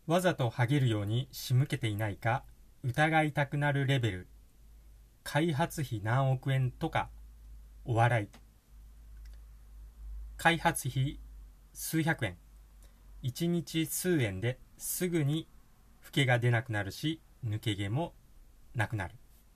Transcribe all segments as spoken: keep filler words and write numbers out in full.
わざとハゲるように仕向けていないか疑いたくなるレベル。開発費何億円とかお笑い。開発費数百円、いちにち数円ですぐに老けが出なくなるし、抜け毛もなくなる。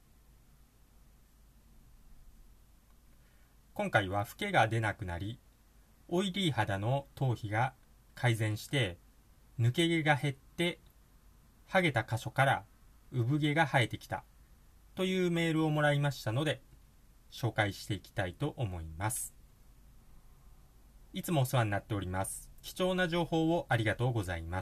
今回は老けが出なくなり、オイリー肌の頭皮が改善して抜け毛が減って、ハゲた箇所から産毛が生えてきたというメールをもらいましたので、紹介していきたいと思います。いつもお世話になっております。貴重な情報をありがとうございます。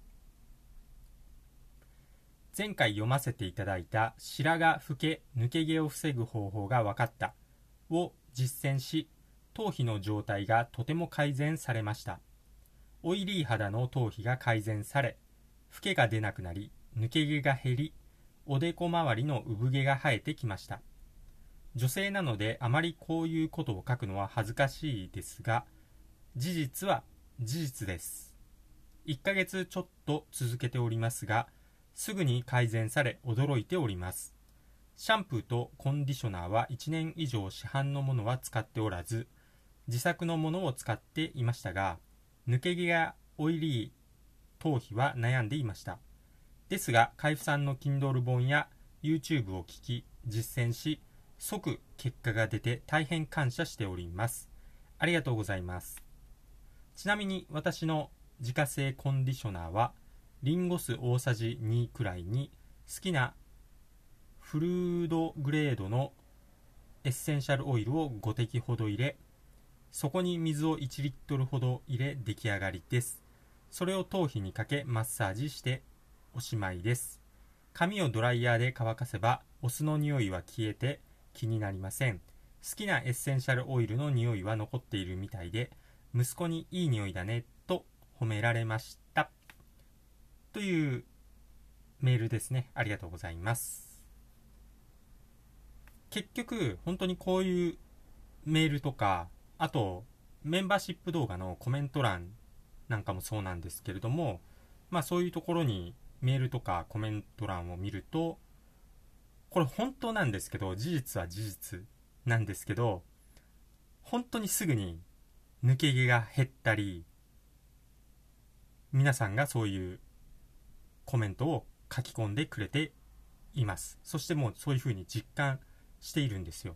前回読ませていただいた白髪老け抜け毛を防ぐ方法が分かったを実践し、頭皮の状態がとても改善されました。オイリー肌の頭皮が改善され、老けが出なくなり、抜け毛が減り、おでこ周りの産毛が生えてきました。女性なのであまりこういうことを書くのは恥ずかしいですが、事実は事実です。いっかげつちょっと続けておりますが、すぐに改善され驚いております。シャンプーとコンディショナーはいちねん以上市販のものは使っておらず、自作のものを使っていましたが、抜け毛やオイリー頭皮は悩んでいました。ですが、海部さんの Kindle 本や YouTube を聞き、実践し、即結果が出て大変感謝しております。ありがとうございます。ちなみに私の自家製コンディショナーは、リンゴ酢大さじにくらいに好きなフルードグレードのエッセンシャルオイルをごてきほど入れ、そこに水をいちリットルほど入れ出来上がりです。それを頭皮にかけマッサージしておしまいです。髪をドライヤーで乾かせばお酢の匂いは消えて気になりません。好きなエッセンシャルオイルの匂いは残っているみたいで、息子にいい匂いだねと褒められましたというメールですね。ありがとうございます。結局本当にこういうメールとか、あとメンバーシップ動画のコメント欄なんかもそうなんですけれども、まあそういうところにメールとかコメント欄を見ると、これ本当なんですけど、事実は事実なんですけど、本当にすぐに抜け毛が減ったり、皆さんがそういうコメントを書き込んでくれています。そしてもうそういうふうに実感しているんですよ。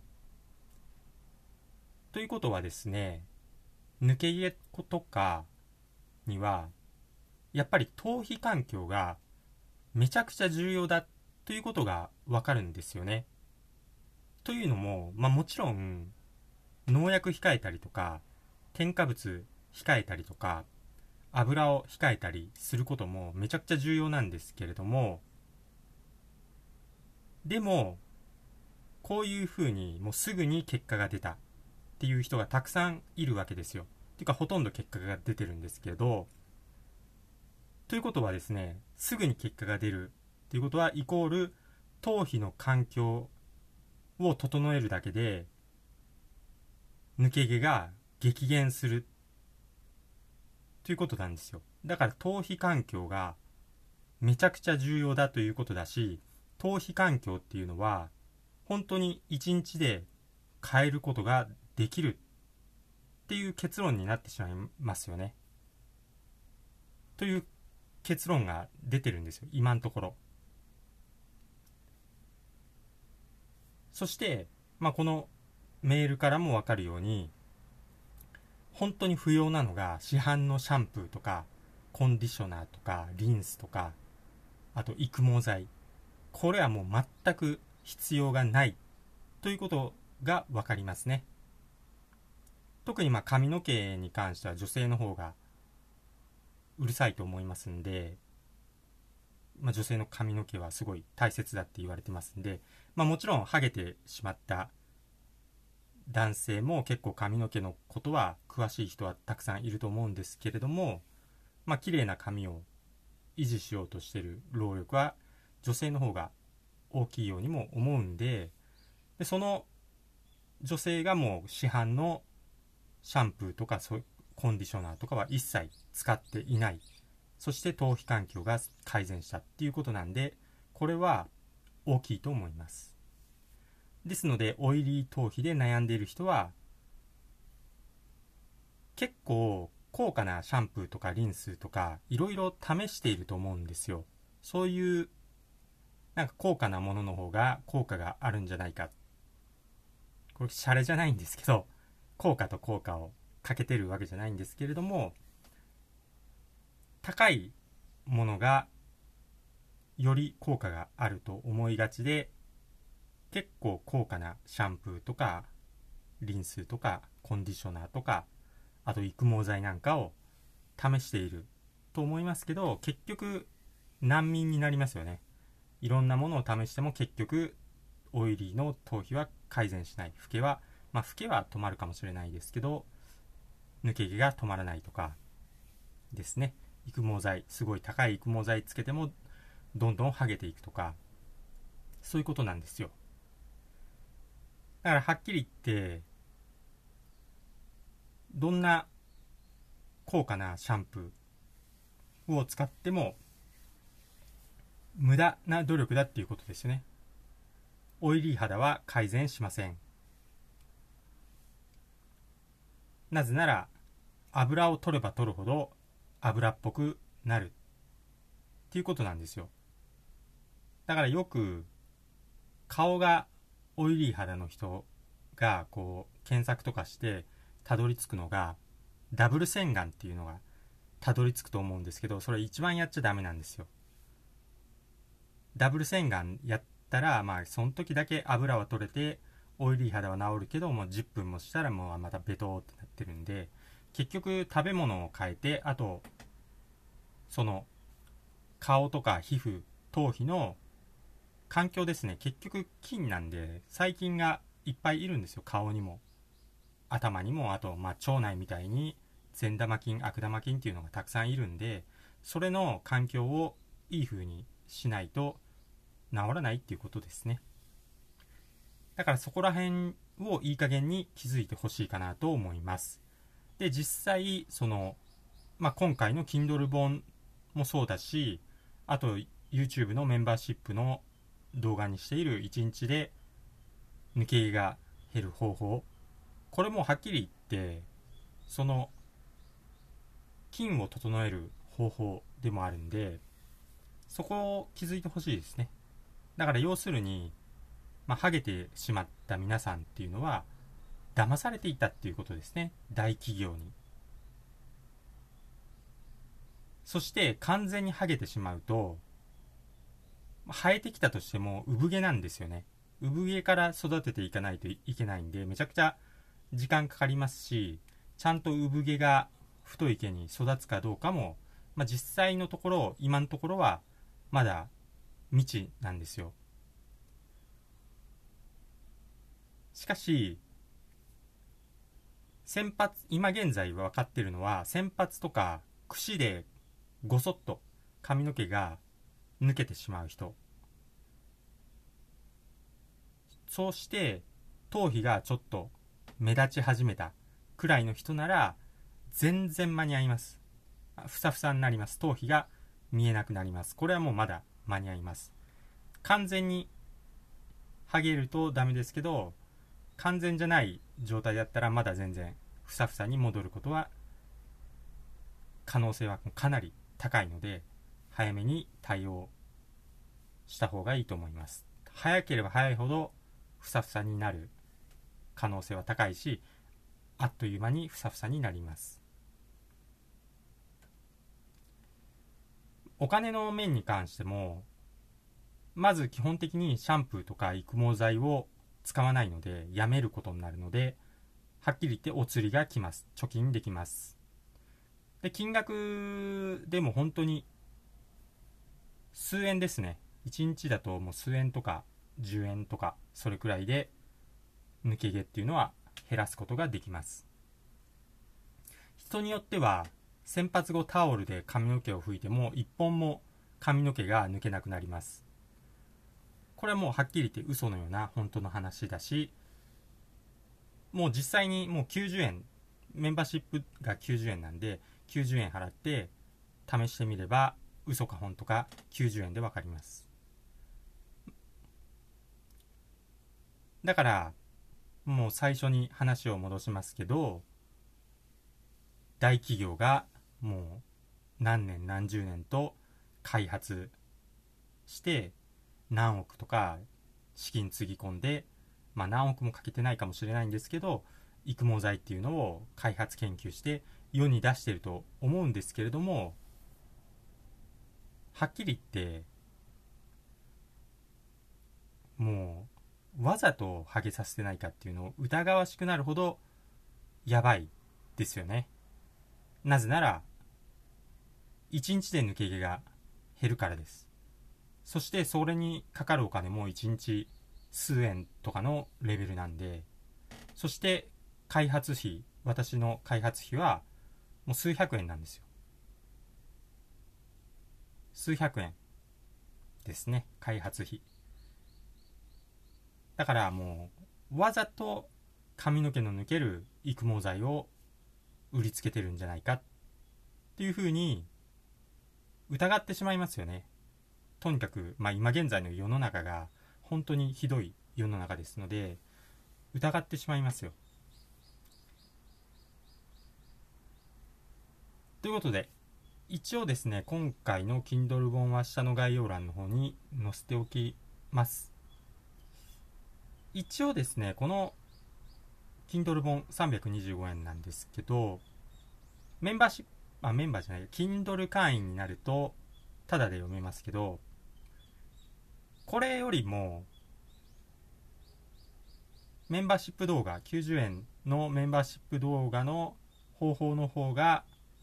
ということはですね、抜け毛とかにはやっぱり頭皮環境がめちゃくちゃ重要だということがわかるんですよね。というのも、まあもちろん農薬控えたりとか添加物控えたりとか油を控えたりすることもめちゃくちゃ重要なんですけれども、でもこういうふうにもうすぐに結果が出たっていう人がたくさんいるわけですよ。ていうかほとんど結果が出てるんですけど、ということはですね、すぐに結果が出るということはイコール頭皮の環境を整えるだけで抜け毛が激減するということなんですよ。だから頭皮環境がめちゃくちゃ重要だということだし、頭皮環境っていうのは本当に一日で変えることができるっていう結論になってしまいますよね。という結論が出てるんですよ、今のところ。そして、まあ、このメールからも分かるように、本当に不要なのが市販のシャンプーとかコンディショナーとかリンスとか、あと育毛剤、これはもう全く必要がないということが分かりますね。特にまあ髪の毛に関しては女性の方がうるさいと思いますんで、まあ、女性の髪の毛はすごい大切だって言われてますんで、まあ、もちろんハゲてしまった男性も結構髪の毛のことは詳しい人はたくさんいると思うんですけれども、まあ綺麗な髪を維持しようとしている労力は女性の方が大きいようにも思うんで、でその女性がもう市販のシャンプーとかコンディショナーとかは一切使っていない、 そして頭皮環境が改善したっていうことなんで、これは大きいと思います。ですのでオイリー頭皮で悩んでいる人は結構高価なシャンプーとかリンスとかいろいろ試していると思うんですよ。そういうなんか高価なものの方が効果があるんじゃないか、これシャレじゃないんですけど、効果と効果をかけてるわけじゃないんですけれども、高いものがより効果があると思いがちで、結構高価なシャンプーとかリンスとかコンディショナーとか、あと育毛剤なんかを試していると思いますけど、結局難民になりますよね。いろんなものを試しても結局オイリーの頭皮は改善しない、フケはまあフケは止まるかもしれないですけど抜け毛が止まらないとかですね。育毛剤、すごい高い育毛剤つけてもどんどん剥げていくとか、そういうことなんですよ。だからはっきり言ってどんな高価なシャンプーを使っても無駄な努力だっていうことですね。オイリー肌は改善しません。なぜなら油を取れば取るほど油っぽくなるっていうことなんですよ。だからよく顔がオイリー肌の人がこう検索とかしてたどり着くのがダブル洗顔っていうのがたどり着くと思うんですけど、それ一番やっちゃダメなんですよ。ダブル洗顔やったらまあその時だけ油は取れてオイリー肌は治るけど、もうじゅっぷんもしたらもうまたベトーってなってるんで、結局食べ物を変えて、あとその顔とか皮膚頭皮の環境ですね。結局菌なんで細菌がいっぱいいるんですよ。顔にも頭にも、あとまあ腸内みたいに善玉菌悪玉菌っていうのがたくさんいるんで、それの環境をいい風にしないと治らないっていうことですね。だからそこら辺をいい加減に気づいてほしいかなと思います。で実際その、まあ、今回の Kindle 本もそうだし、あと YouTube のメンバーシップの動画にしているいちにちで抜け毛が減る方法、これもはっきり言ってその菌を整える方法でもあるんで、そこを気づいてほしいですね。だから要するに、まあ、ハゲてしまった皆さんっていうのは騙されていたっていうことですね。大企業に。そして完全にハゲてしまうと、生えてきたとしても産毛なんですよね。産毛から育てていかないといけないんで、めちゃくちゃ時間かかりますし、ちゃんと産毛が太い毛に育つかどうかも、まあ、実際のところ今のところはまだ未知なんですよ。しかし洗髪、今現在分かっているのは、洗髪とか櫛でごそっと髪の毛が抜けてしまう人、そうして頭皮がちょっと目立ち始めたくらいの人なら全然間に合います。ふさふさになります。頭皮が見えなくなります。これはもうまだ間に合います。完全にハゲるとダメですけど、完全じゃない状態だったらまだ全然ふさふさに戻ることは可能性はかなり高いので、早めに対応した方がいいと思います。早ければ早いほどふさふさになる可能性は高いし、あっという間にふさふさになります。お金の面に関しても、まず基本的にシャンプーとか育毛剤を使わないのでやめることになるので、はっきり言ってお釣りがきます。貯金できます。で金額でも本当に数円ですね。いちにちだともう数円とかじゅうえんとか、それくらいで抜け毛っていうのは減らすことができます。人によっては洗髪後タオルで髪の毛を拭いても一本も髪の毛が抜けなくなります。これはもうはっきり言って嘘のような本当の話だし、もう実際にもうきゅうじゅうえん、メンバーシップがきゅうじゅうえんなんできゅうじゅうえん払って試してみれば嘘か本当かきゅうじゅうえんでわかります。だからもう最初に話を戻しますけど、大企業がもう何年何十年と開発して何億とか資金つぎ込んで、まあ何億もかけてないかもしれないんですけど、育毛剤っていうのを開発研究して世に出してると思うんですけれども、はっきり言ってもうわざとハゲさせてないかっていうのを疑わしくなるほどやばいですよね。なぜならいちにちで抜け毛が減るからです。そしてそれにかかるお金もいちにち数円とかのレベルなんで、そして開発費、私の開発費はもう数百円なんですよ。数百円ですね、開発費。だからもうわざと髪の毛の抜ける育毛剤を売りつけてるんじゃないかっていうふうに疑ってしまいますよね。とにかく、まあ、今現在の世の中が本当にひどい世の中ですので疑ってしまいますよ。ということで一応ですね、今回の Kindle 本は下の概要欄の方に載せておきます。一応ですね、この Kindle 本さんびゃくにじゅうごえんなんですけど、メンバーシップ、あ、メンバーじゃない、Kindle 会員になるとタダで読めますけど、これよりもメンバーシップ動画、きゅうじゅうえんのメンバーシップ動画の方法の方が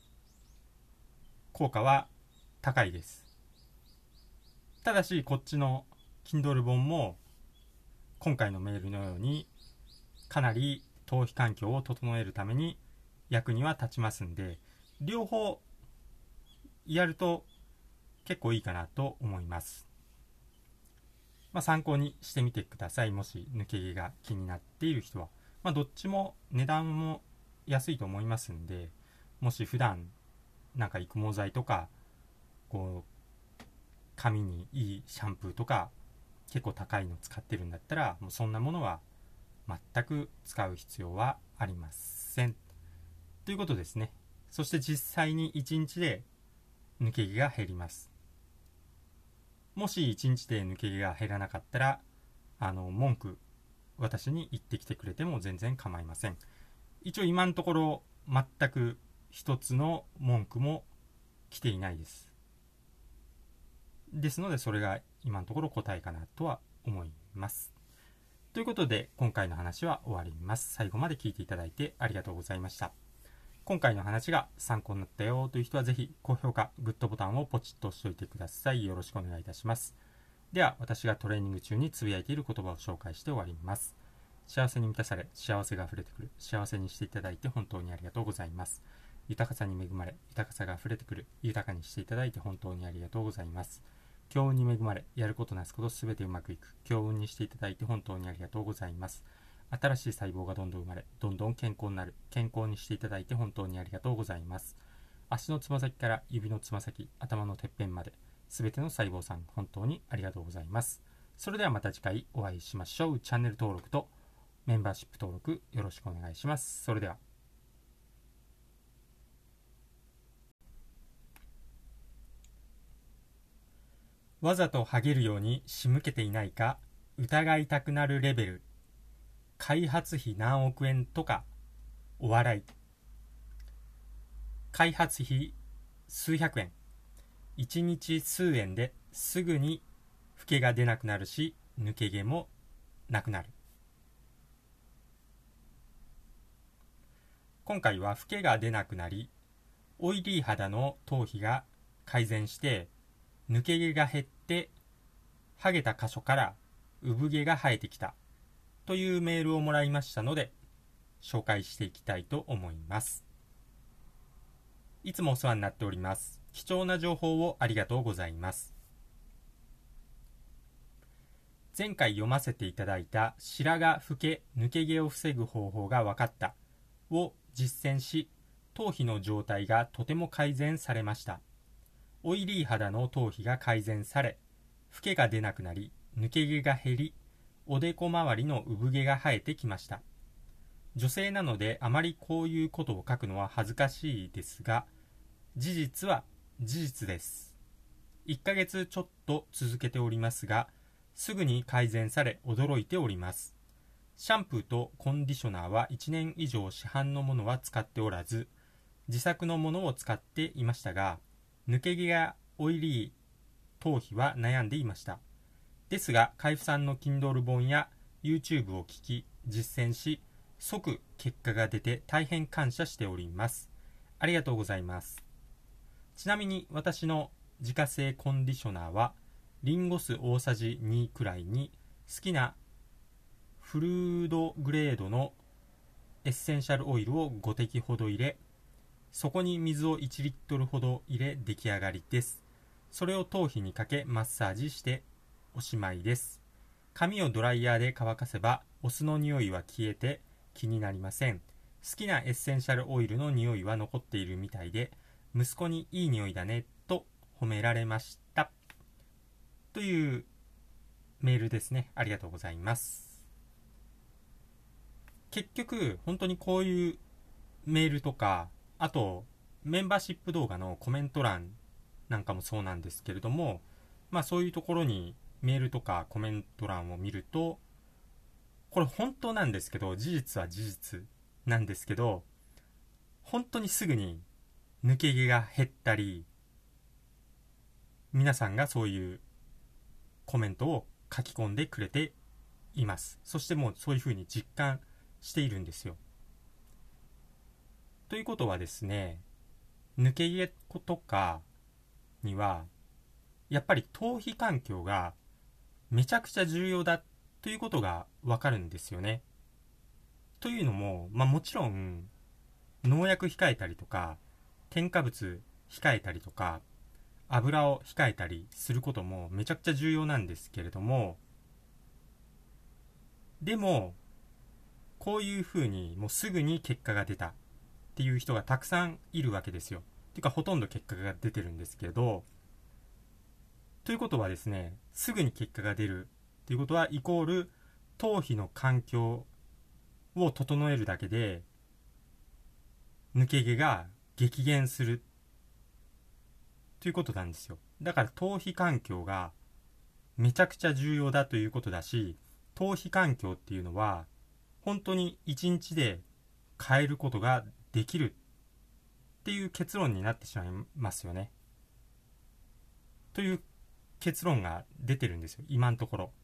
効果は高いです。ただしこっちの Kindle 本も今回のメールのようにかなり頭皮環境を整えるために役には立ちますんで、両方やると結構いいかなと思います。まあ、参考にしてみてください。もし抜け毛が気になっている人は、まあ、どっちも値段も安いと思いますんで、もし普段なんか育毛剤とかこう髪にいいシャンプーとか結構高いの使ってるんだったら、もうそんなものは全く使う必要はありませんということですね。そして実際にいちにちで抜け毛が減ります。もしいちにちで抜け毛が減らなかったら、あの文句私に言ってきてくれても全然構いません。一応今のところ全く一つの文句も来ていないです。ですのでそれが今のところ答えかなとは思います。ということで今回の話は終わります。最後まで聞いていただいてありがとうございました。今回の話が参考になったよという人はぜひ高評価、グッドボタンをポチッと押しておいてください。よろしくお願いいたします。では私がトレーニング中につぶやいている言葉を紹介して終わります。幸せに満たされ、幸せが溢れてくる。幸せにしていただいて本当にありがとうございます。豊かさに恵まれ、豊かさが溢れてくる。豊かにしていただいて本当にありがとうございます。強運に恵まれ、やることなすことすべてうまくいく。強運にしていただいて本当にありがとうございます。新しい細胞がどんどん生まれ、どんどん健康になる。健康にしていただいて本当にありがとうございます。足のつま先から指のつま先、頭のてっぺんまで、すべての細胞さん、本当にありがとうございます。それではまた次回お会いしましょう。チャンネル登録とメンバーシップ登録よろしくお願いします。それでは。わざとハゲるように仕向けていないか疑いたくなるレベル。開発費何億円とかお笑い。開発費数百円。いちにち数円ですぐに老けが出なくなるし、抜け毛もなくなる。今回は老けが出なくなり、オイリー肌の頭皮が改善して抜け毛が減ってハゲた箇所から産毛が生えてきたというメールをもらいましたので紹介していきたいと思います。いつもお世話になっております。貴重な情報をありがとうございます。前回読ませていただいた白髪老け抜け毛を防ぐ方法が分かったを実践し、頭皮の状態がとても改善されましたオイリー肌の頭皮が改善され、フケが出なくなり、抜け毛が減り、おでこ周りの産毛が生えてきました。女性なのであまりこういうことを書くのは恥ずかしいですが、事実は事実です。いっかげつちょっと続けておりますが、すぐに改善され驚いております。シャンプーとコンディショナーはいちねん以上市販のものは使っておらず、自作のものを使っていましたが、抜け毛やオイリー頭皮は悩んでいました。ですが、海部さんの Kindle 本や YouTube を聞き、実践し、即結果が出て大変感謝しております。ありがとうございます。ちなみに私の自家製コンディショナーは、リンゴ酢大さじにくらいに好きなフルードグレードのエッセンシャルオイルをご滴ほど入れ、そこに水をいちリットルほど入れ出来上がりです。それを頭皮にかけマッサージしておしまいです。髪をドライヤーで乾かせばお酢の匂いは消えて気になりません。好きなエッセンシャルオイルの匂いは残っているみたいで、息子にいい匂いだねと褒められました。というメールですね。ありがとうございます。結局本当にこういうメールとか、あとメンバーシップ動画のコメント欄なんかもそうなんですけれども、まあそういうところにメールとかコメント欄を見ると、これ本当なんですけど、事実は事実なんですけど、本当にすぐに抜け毛が減ったり、皆さんがそういうコメントを書き込んでくれています。そしてもうそういうふうに実感しているんですよ。ということはですね、抜け毛とかにはやっぱり頭皮環境がめちゃくちゃ重要だということがわかるんですよね。というのも、まあもちろん農薬控えたりとか添加物控えたりとか油を控えたりすることもめちゃくちゃ重要なんですけれども、でもこういうふうにもうすぐに結果が出たっていう人がたくさんいるわけですよ。ていうかほとんど結果が出てるんですけど、ということはですね、すぐに結果が出るということはイコール頭皮の環境を整えるだけで抜け毛が激減するということなんですよ。だから頭皮環境がめちゃくちゃ重要だということだし、頭皮環境っていうのは本当に一日で変えることができるっていう結論になってしまいますよね。という結論が出てるんですよ、今のところ。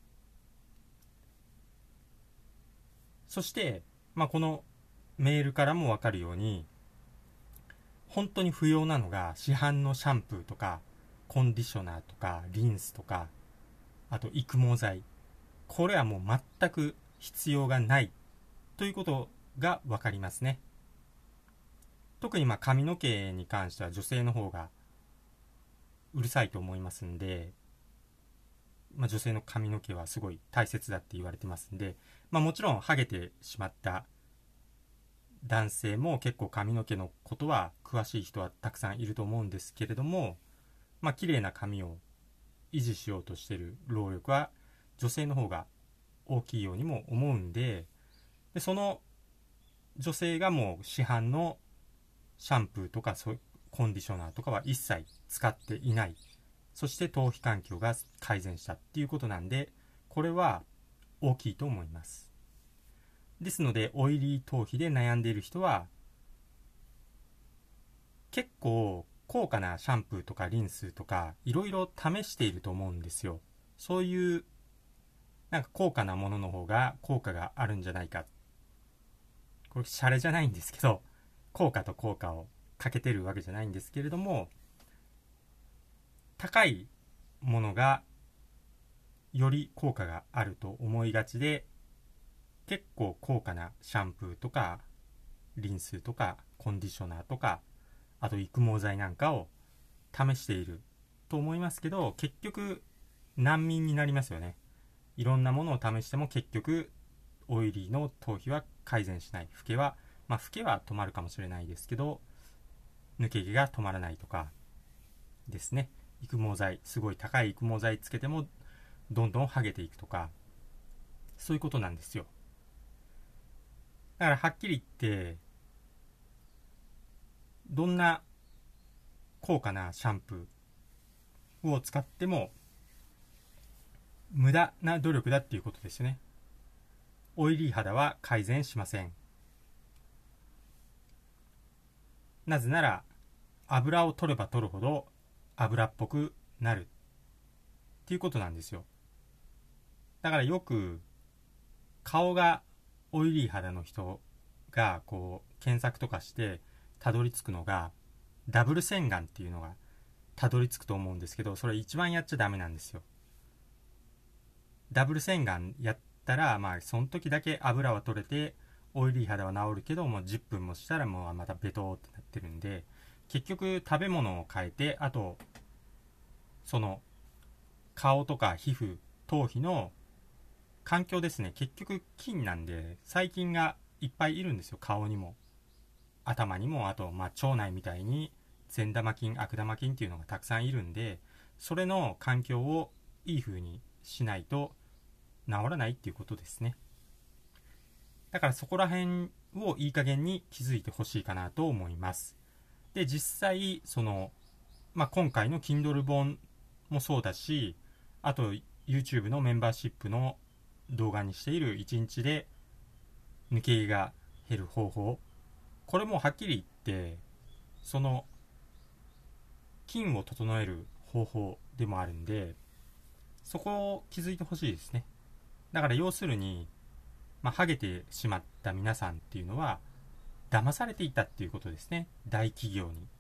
そして、まあ、このメールからも分かるように、本当に不要なのが市販のシャンプーとかコンディショナーとかリンスとか、あと育毛剤、これはもう全く必要がないということが分かりますね。特にまあ髪の毛に関しては女性の方がうるさいと思いますんで、まあ、女性の髪の毛はすごい大切だって言われてますんで、まあ、もちろんハゲてしまった男性も結構髪の毛のことは詳しい人はたくさんいると思うんですけれども、まあ綺麗な髪を維持しようとしている労力は女性の方が大きいようにも思うんで、でその女性がもう市販のシャンプーとかコンディショナーとかは一切使っていない、そして頭皮環境が改善したっていうことなんで、これは大きいと思います。ですのでオイリー頭皮で悩んでいる人は結構高価なシャンプーとかリンスとかいろいろ試していると思うんですよ。そういうなんか高価なものの方が効果があるんじゃないか、これシャレじゃないんですけど、効果と効果をかけてるわけじゃないんですけれども、高いものがより効果があると思いがちで、結構高価なシャンプーとかリンスとかコンディショナーとか、あと育毛剤なんかを試していると思いますけど、結局難民になりますよね。いろんなものを試しても結局オイリーの頭皮は改善しない、フケはまあフケは止まるかもしれないですけど抜け毛が止まらないとか、 ですね。育毛剤、すごい高い育毛剤つけてもどんどん剥げていくとか、そういうことなんですよ。だからはっきり言ってどんな高価なシャンプーを使っても無駄な努力だっていうことですね。オイリー肌は改善しません。なぜなら油を取れば取るほど油っぽくなるっていうことなんですよ。だからよく顔がオイリー肌の人がこう検索とかしてたどり着くのがダブル洗顔っていうのがたどり着くと思うんですけど、それ一番やっちゃダメなんですよ。ダブル洗顔やったらまあその時だけ油は取れてオイリー肌は治るけど、もうじゅっぷんもしたらもうまたベトーってなってるんで、結局食べ物を変えて、あとその顔とか皮膚頭皮の環境ですね。結局菌なんで細菌がいっぱいいるんですよ。顔にも頭にも、あとまあ腸内みたいに善玉菌悪玉菌っていうのがたくさんいるんで、それの環境をいい風にしないと治らないっていうことですね。だからそこら辺をいい加減に気づいてほしいかなと思います。で実際その、まあ、今回の Kindle 本もそうだし、あと YouTube のメンバーシップの動画にしているいちにちで抜け毛が減る方法、これもはっきり言ってその菌を整える方法でもあるんで、そこを気づいてほしいですね。だから要するに、まあ、ハゲてしまった皆さんっていうのは騙されていたっていうことですね。大企業に。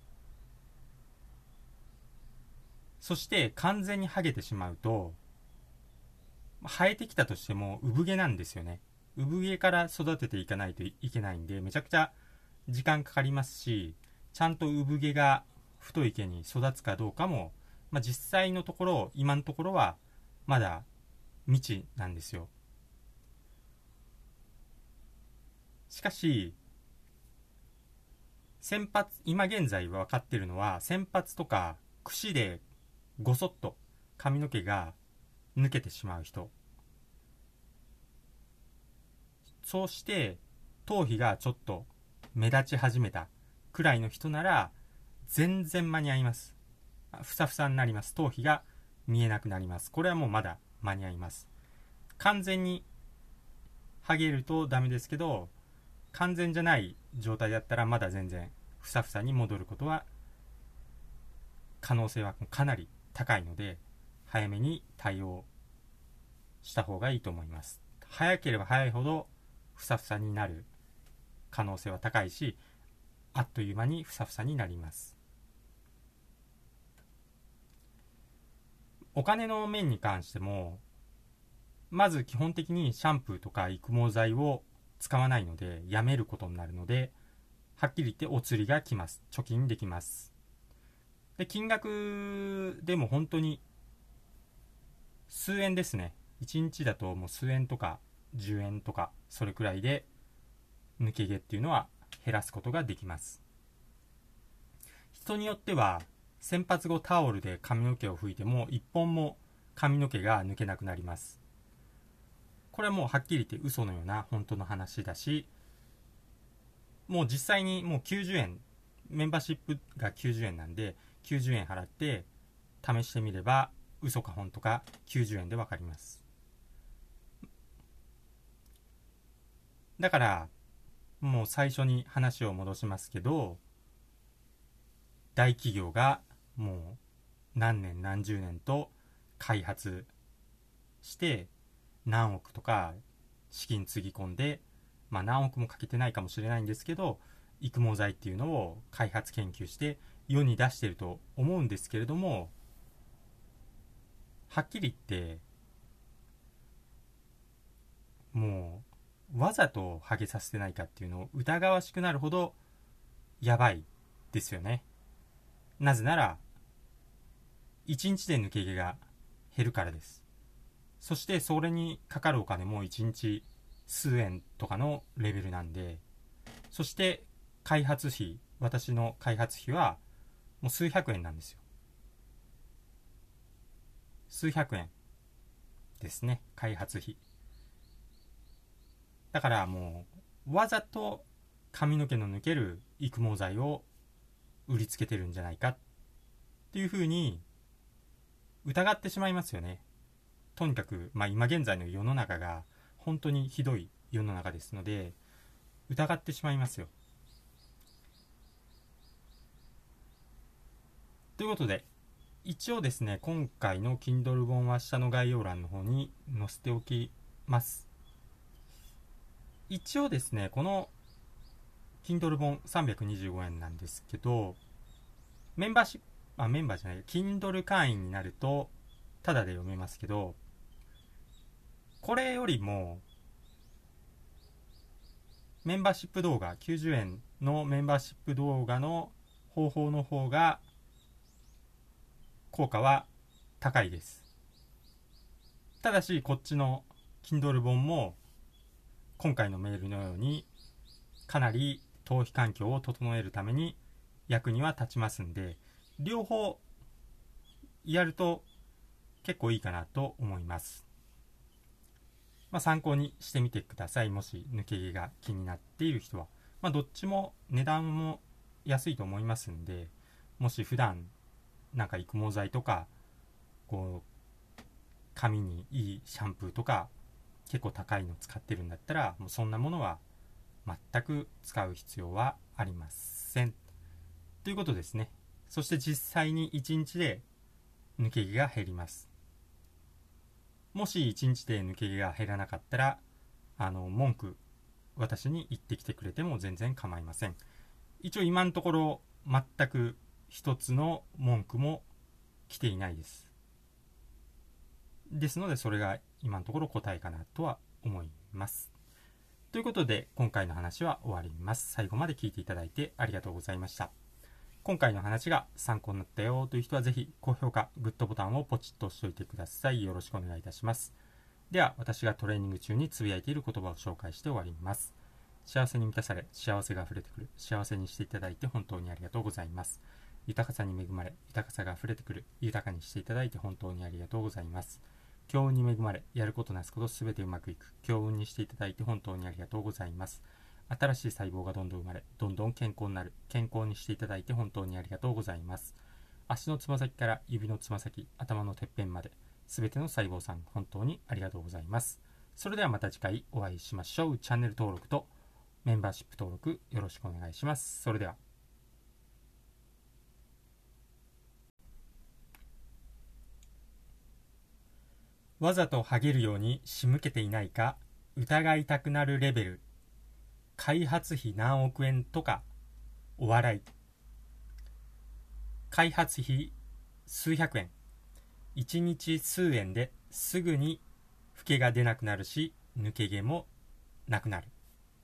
そして完全にハゲてしまうと、生えてきたとしても産毛なんですよね。産毛から育てていかないといけないんで、めちゃくちゃ時間かかりますし、ちゃんと産毛が太い毛に育つかどうかも、まあ、実際のところ今のところはまだ未知なんですよ。しかし先発、今現在分かっているのは、先発とか櫛でごそっと髪の毛が抜けてしまう人、そうして頭皮がちょっと目立ち始めたくらいの人なら全然間に合います。ふさふさになります。頭皮が見えなくなります。これはもうまだ間に合います。完全にハゲるとダメですけど、完全じゃない状態だったらまだ全然ふさふさに戻ることは可能性はかなり高いので、早めに対応した方がいいと思います。早ければ早いほどふさふさになる可能性は高いし、あっという間にふさふさになります。お金の面に関しても、まず基本的にシャンプーとか育毛剤を使わないのでやめることになるので、はっきり言ってお釣りがきます。貯金できます。で金額でも本当に数円ですね。いちにちだともう数円とかじゅうえんとか、それくらいで抜け毛っていうのは減らすことができます。人によっては洗髪後タオルで髪の毛を拭いても一本も髪の毛が抜けなくなります。これはもうはっきり言って嘘のような本当の話だし、もう実際にもうきゅうじゅうえん、メンバーシップがきゅうじゅうえんなんできゅうじゅうえん払って試してみれば嘘か本当かきゅうじゅうえんでわかります。だからもう最初に話を戻しますけど、大企業がもう何年何十年と開発して何億とか資金つぎ込んで、まあ何億もかけてないかもしれないんですけど、育毛剤っていうのを開発研究して世に出していると思うんですけれども、はっきり言ってもうわざとハゲさせてないかっていうのを疑わしくなるほどやばいですよね。なぜならいちにちで抜け毛が減るからです。そしてそれにかかるお金もいちにち数円とかのレベルなんで、そして開発費、私の開発費はもう数百円なんですよ。 数百円ですね、開発費。だからもうわざと髪の毛の抜ける育毛剤を売りつけてるんじゃないかっていうふうに疑ってしまいますよね。とにかく、まあ、今現在の世の中が本当にひどい世の中ですので疑ってしまいますよ。ということで一応ですね、今回の Kindle 本は下の概要欄の方に載せておきます。一応ですね、この Kindle 本さんびゃくにじゅうごえんなんですけど、メンバーシップ、あ、メンバーじゃない、Kindle 会員になるとタダで読めますけど、これよりもメンバーシップ動画、きゅうじゅうえんのメンバーシップ動画の方法の方が効果は高いです。ただしこっちの Kindle 本も今回のメールのようにかなり頭皮環境を整えるために役には立ちますんで、両方やると結構いいかなと思います。まあ、参考にしてみてください。もし抜け毛が気になっている人は、まあ、どっちも値段も安いと思いますんで、もし普段なんか育毛剤とかこう髪にいいシャンプーとか結構高いの使ってるんだったら、もうそんなものは全く使う必要はありませんということですね。そして実際にいちにちで抜け毛が減ります。もしいちにちで抜け毛が減らなかったら、あの文句私に言ってきてくれても全然構いません。一応今のところ全く一つの文句も来ていないです。ですのでそれが今のところ答えかなとは思います。ということで今回の話は終わります。最後まで聞いていただいてありがとうございました。今回の話が参考になったよという人はぜひ高評価、グッドボタンをポチッと押しておいてください。よろしくお願いいたします。では私がトレーニング中につぶやいている言葉を紹介して終わります。幸せに満たされ、幸せが溢れてくる。幸せにしていただいて本当にありがとうございます。豊かさに恵まれ、豊かさが溢れてくる。豊かにしていただいて本当にありがとうございます。強運に恵まれ、やることなすことすべてうまくいく。強運にしていただいて本当にありがとうございます。新しい細胞がどんどん生まれ、どんどん健康になる。健康にしていただいて本当にありがとうございます。足のつま先から指のつま先、頭のてっぺんまで、すべての細胞さん、本当にありがとうございます。それではまた次回お会いしましょう。チャンネル登録とメンバーシップ登録よろしくお願いします。それでは。わざとハゲるように仕向けていないか疑いたくなるレベル。開発費何億円とかお笑い。開発費数百円。いちにち数円ですぐに老けが出なくなるし、抜け毛もなくなる。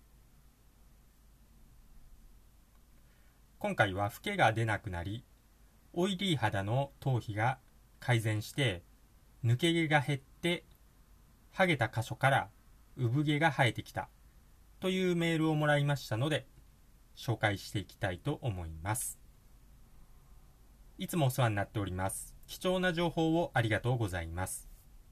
今回は老けが出なくなり、オイリー肌の頭皮が改善して抜け毛が減ってハゲた箇所から産毛が生えてきたというメールをもらいましたので紹介していきたいと思います。いつもお世話になっております。貴重な情報をありがとうございます。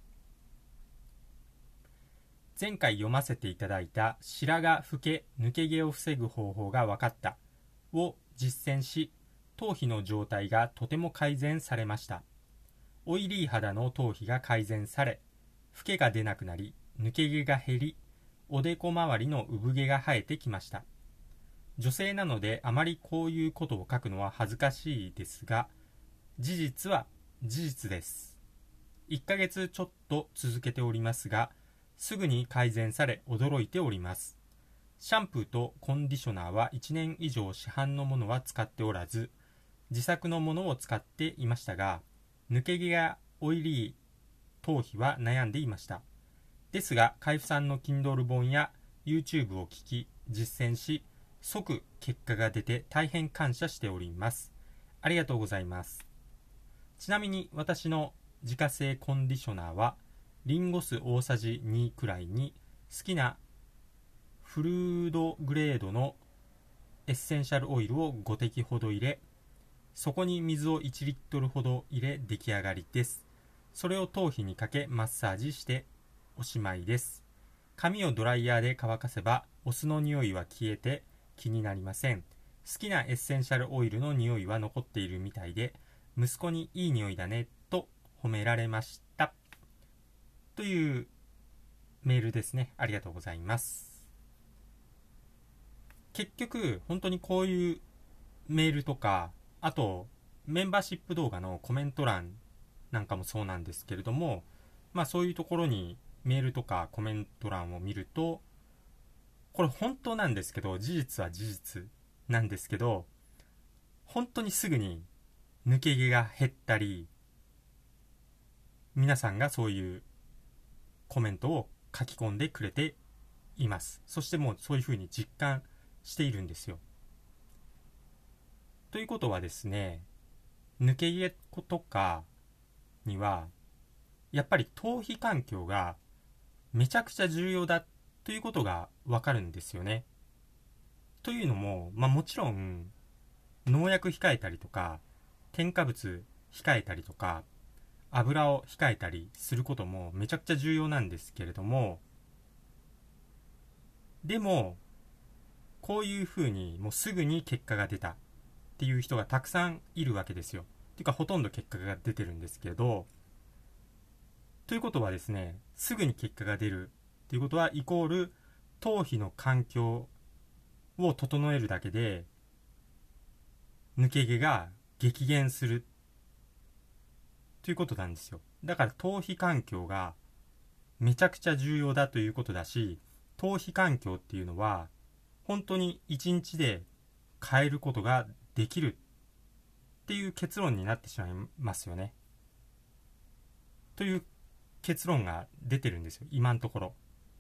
前回読ませていただいた白髪老け抜け毛を防ぐ方法が分かったを実践し、頭皮の状態がとても改善されました。オイリー肌の頭皮が改善され、老けが出なくなり、抜け毛が減り、おでこ周りの産毛が生えてきました。女性なのであまりこういうことを書くのは恥ずかしいですが、事実は事実です。いっかげつちょっと続けておりますが、すぐに改善され驚いております。シャンプーとコンディショナーはいちねん以上市販のものは使っておらず、自作のものを使っていましたが、抜け毛やオイリー頭皮は悩んでいました。ですが、海部さんの Kindle 本や YouTube を聞き、実践し、即結果が出て大変感謝しております。ありがとうございます。ちなみに私の自家製コンディショナーは、リンゴ酢大さじにくらいに好きなフルードグレードのエッセンシャルオイルをご滴ほど入れ、そこに水をいちリットルほど入れ出来上がりです。 それを頭皮にかけマッサージしておしまいです。髪をドライヤーで乾かせばお酢の匂いは消えて気になりません。好きなエッセンシャルオイルの匂いは残っているみたいで、息子にいい匂いだねと褒められました。というメールですね。ありがとうございます。結局本当にこういうメールとか、あとメンバーシップ動画のコメント欄なんかもそうなんですけれども、まあそういうところにメールとかコメント欄を見ると、これ本当なんですけど、事実は事実なんですけど、本当にすぐに抜け毛が減ったり、皆さんがそういうコメントを書き込んでくれています。そしてもうそういうふうに実感しているんですよ。ということはですね、抜け毛とかにはやっぱり頭皮環境がめちゃくちゃ重要だということがわかるんですよね。というのも、まあもちろん農薬控えたりとか添加物控えたりとか油を控えたりすることもめちゃくちゃ重要なんですけれども、でもこういうふうにもうすぐに結果が出たっていう人がたくさんいるわけですよ。ていうかほとんど結果が出てるんですけど、ということはですね、すぐに結果が出るということはイコール頭皮の環境を整えるだけで抜け毛が激減するということなんですよ。だから頭皮環境がめちゃくちゃ重要だということだし、頭皮環境っていうのは本当に一日で変えることができるっていう結論になってしまいますよね。という結論が出てるんですよ、今のところ。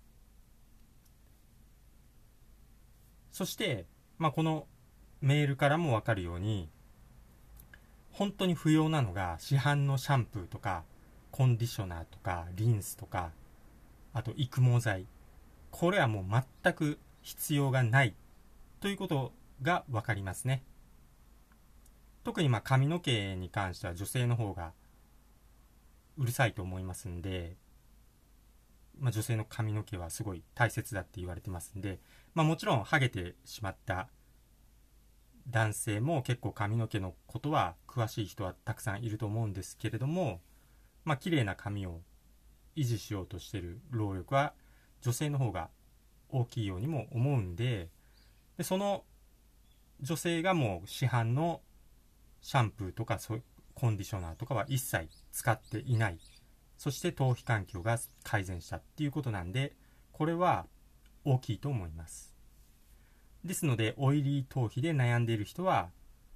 そして、まあ、このメールからも分かるように、本当に不要なのが市販のシャンプーとかコンディショナーとかリンスとか、あと育毛剤、これはもう全く必要がないということが分かりますね。特にまあ髪の毛に関しては女性の方がうるさいと思いますんで、まあ、女性の髪の毛はすごい大切だって言われてますんで、まあ、もちろんハゲてしまった男性も結構髪の毛のことは詳しい人はたくさんいると思うんですけれども、まあ綺麗な髪を維持しようとしている労力は女性の方が大きいようにも思うんで、でその女性がもう市販のシャンプーとかコンディショナーとかは一切使っていない、そして頭皮環境が改善したっていうことなんで、これは大きいと思います。ですのでオイリー頭皮で悩んでいる人は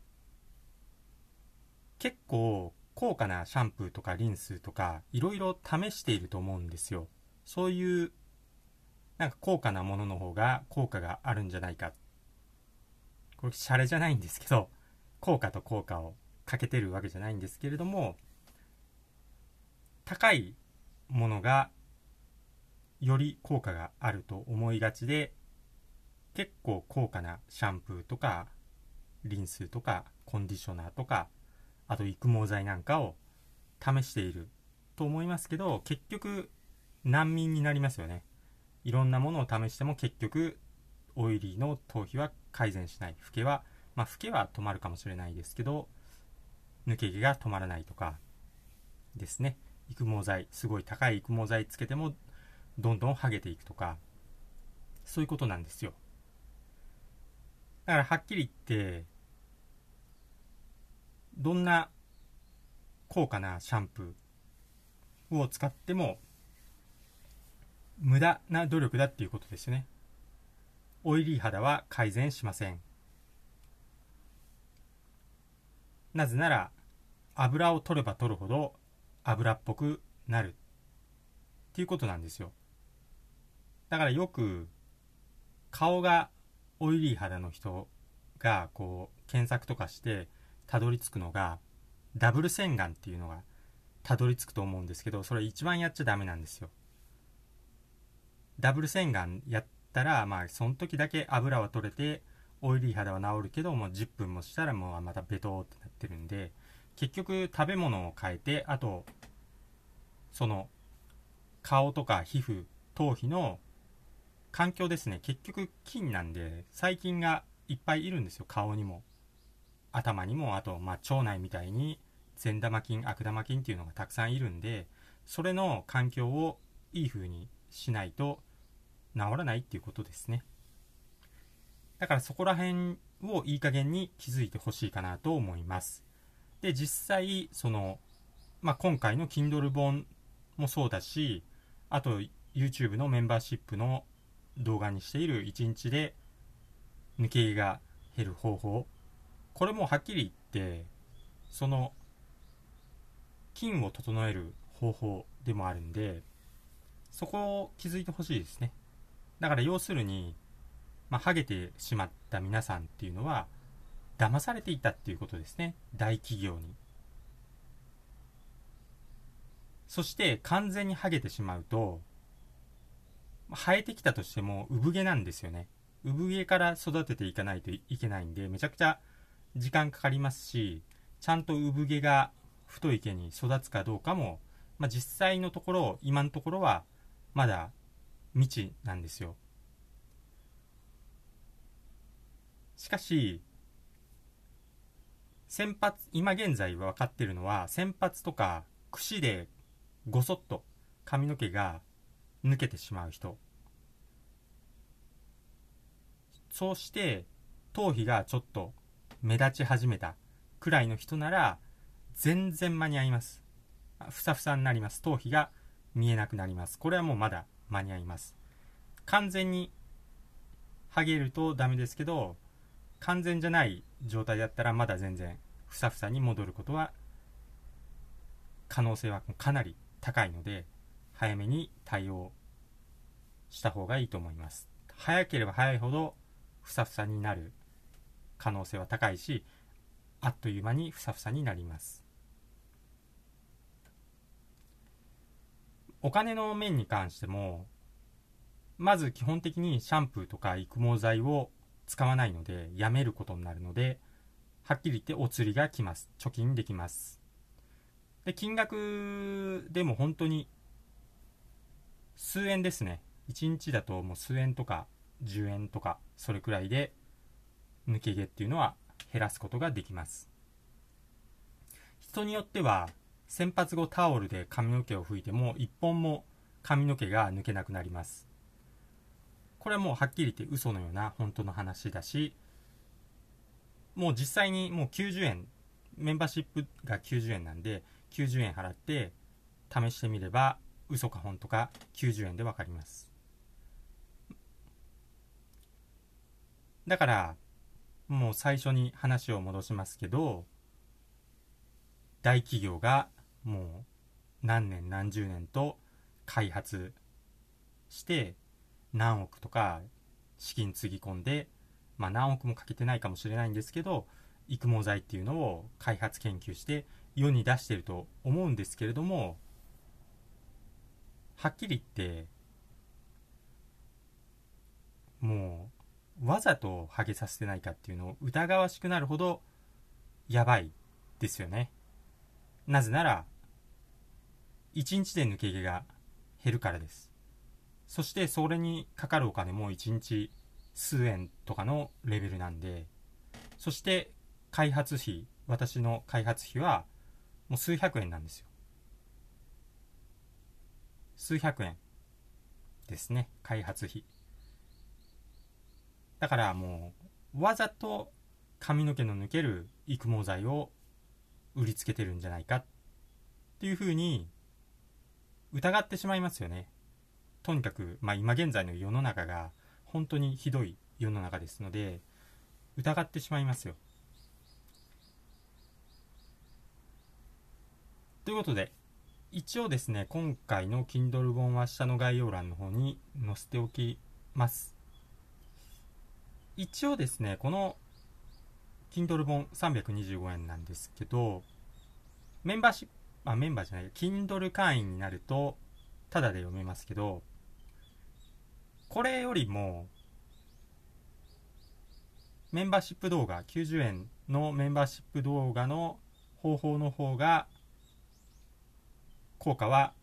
結構高価なシャンプーとかリンスとかいろいろ試していると思うんですよ。そういうなんか高価なものの方が効果があるんじゃないか、これシャレじゃないんですけど、効果と効果をかけてるわけじゃないんですけれども、高いものがより効果があると思いがちで、結構高価なシャンプーとかリンスとかコンディショナーとか、あと育毛剤なんかを試していると思いますけど、結局難民になりますよね。いろんなものを試しても結局オイリーの頭皮は改善しない、フケはまあフケは止まるかもしれないですけど抜け毛が止まらないとかですね。育毛剤、すごい高い育毛剤つけてもどんどん剥げていくとか、そういうことなんですよ。だからはっきり言ってどんな高価なシャンプーを使っても無駄な努力だっていうことですね。オイリー肌は改善しません。なぜなら油を取れば取るほど油っぽくなるっていうことなんですよ。だからよく顔がオイリー肌の人がこう検索とかしてたどり着くのがダブル洗顔っていうのがたどり着くと思うんですけど、それ一番やっちゃダメなんですよ。ダブル洗顔やったらまあその時だけ油は取れてオイリー肌は治るけど、もうじゅっぷんもしたらもうまたベトーってなってるんで、結局食べ物を変えて、あとその顔とか皮膚、頭皮の環境ですね。結局菌なんで細菌がいっぱいいるんですよ。顔にも頭にも、あと、まあ、腸内みたいに善玉菌、悪玉菌っていうのがたくさんいるんで、それの環境をいい風にしないと治らないっていうことですね。だからそこら辺をいい加減に気づいてほしいかなと思います。で、実際その、まあ、今回の Kindle 本もそうだし、あと YouTube のメンバーシップの動画にしているいちにちで抜け毛が減る方法、これもはっきり言ってその菌を整える方法でもあるんで、そこを気づいてほしいですね。だから要するに、まあ、ハゲてしまった皆さんっていうのは騙されていたっていうことですね。大企業に。そして完全にハゲてしまうと、生えてきたとしても産毛なんですよね。産毛から育てていかないといけないんで、めちゃくちゃ時間かかりますし、ちゃんと産毛が太い毛に育つかどうかも、まあ、実際のところ今のところはまだ未知なんですよ。しかし先発、今現在分かっているのは、先発とか櫛でごそっと髪の毛が抜けてしまう人、そうして頭皮がちょっと目立ち始めたくらいの人なら全然間に合います。ふさふさになります。頭皮が見えなくなります。これはもうまだ間に合います。完全にハゲるとダメですけど、完全じゃない状態だったらまだ全然ふさふさに戻ることは可能性はかなり高いので、早めに対応した方がいいと思います。早ければ早いほどふさふさになる可能性は高いし、あっという間にふさふさになります。お金の面に関しても、まず基本的にシャンプーとか育毛剤を使わないのでやめることになるので、はっきり言ってお釣りがきます。貯金できます。で、金額でも本当に数円ですね。いちにちだともう数円とかじゅうえんとか、それくらいで抜け毛っていうのは減らすことができます。人によっては洗髪後タオルで髪の毛を拭いても一本も髪の毛が抜けなくなります。これはもうはっきり言って嘘のような本当の話だし、もう実際にもうきゅうじゅうえん、メンバーシップがきゅうじゅうえんなんできゅうじゅうえん払って試してみれば嘘か本当かきゅうじゅうえんでわかります。だからもう最初に話を戻しますけど、大企業がもう何年何十年と開発して何億とか資金つぎ込んで、まあ何億もかけてないかもしれないんですけど、育毛剤っていうのを開発研究して世に出していると思うんですけれども、はっきり言ってもうわざとハゲさせてないかっていうのを疑わしくなるほどやばいですよね。なぜならいちにちで抜け毛が減るからです。そしてそれにかかるお金もいちにち数円とかのレベルなんで、そして開発費、私の開発費はもう数百円なんですよ。数百円ですね、開発費。だからもうわざと髪の毛の抜ける育毛剤を売りつけてるんじゃないかっていうふうに疑ってしまいますよね。とにかく、まあ、今現在の世の中が本当にひどい世の中ですので疑ってしまいますよ。ということで一応ですね、今回の Kindle 本は下の概要欄の方に載せておきます。一応ですね、この Kindle 本さんびゃくにじゅうごえんなんですけど、メンバーシップ、あ、メンバーじゃない、Kindle 会員になるとタダで読めますけど、これよりもメンバーシップ動画、きゅうじゅうえんのメンバーシップ動画の方法の方が効果は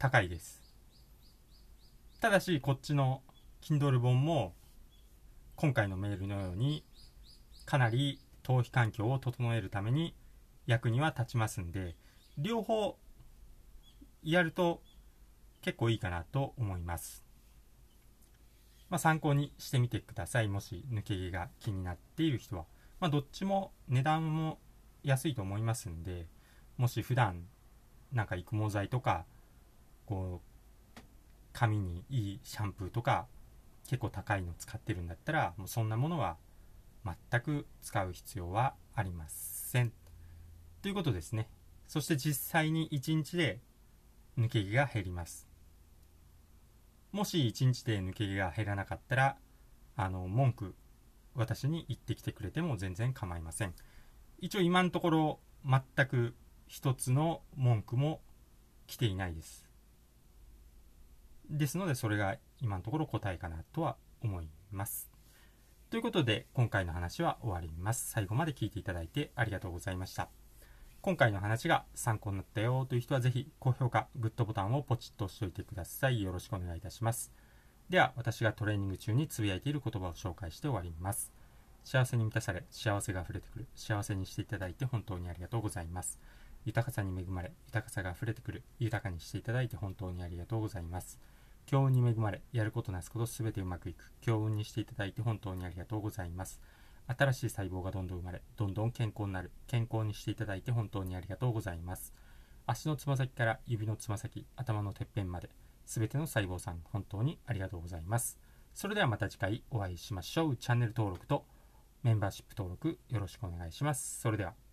高いです。ただしこっちの Kindle 本も今回のメールのようにかなり頭皮環境を整えるために役には立ちますんで、両方やると結構いいかなと思います。まあ、参考にしてみてください。もし抜け毛が気になっている人は。まあ、どっちも値段も安いと思いますんで、もし普段なんか育毛剤とかこう髪にいいシャンプーとか結構高いの使ってるんだったら、もうそんなものは全く使う必要はありませんということですね。そして実際にいちにちで抜け毛が減ります。もしいちにちで抜け毛が減らなかったら、あの文句私に言ってきてくれても全然構いません。一応今のところ全く一つの文句も来ていないです。ですのでそれが今のところ答えかなとは思います。ということで今回の話は終わります。最後まで聞いていただいてありがとうございました。今回の話が参考になったよという人はぜひ高評価、グッドボタンをポチッと押しておいてください。よろしくお願いいたします。では私がトレーニング中につぶやいている言葉を紹介して終わります。幸せに満たされ、幸せが溢れてくる。幸せにしていただいて本当にありがとうございます。豊かさに恵まれ、豊かさが溢れてくる。豊かにしていただいて本当にありがとうございます。強運に恵まれ、やることなすことすべてうまくいく。強運にしていただいて本当にありがとうございます。新しい細胞がどんどん生まれ、どんどん健康になる。健康にしていただいて本当にありがとうございます。足のつま先から指のつま先、頭のてっぺんまで、すべての細胞さん、本当にありがとうございます。それではまた次回お会いしましょう。チャンネル登録とメンバーシップ登録よろしくお願いします。それでは。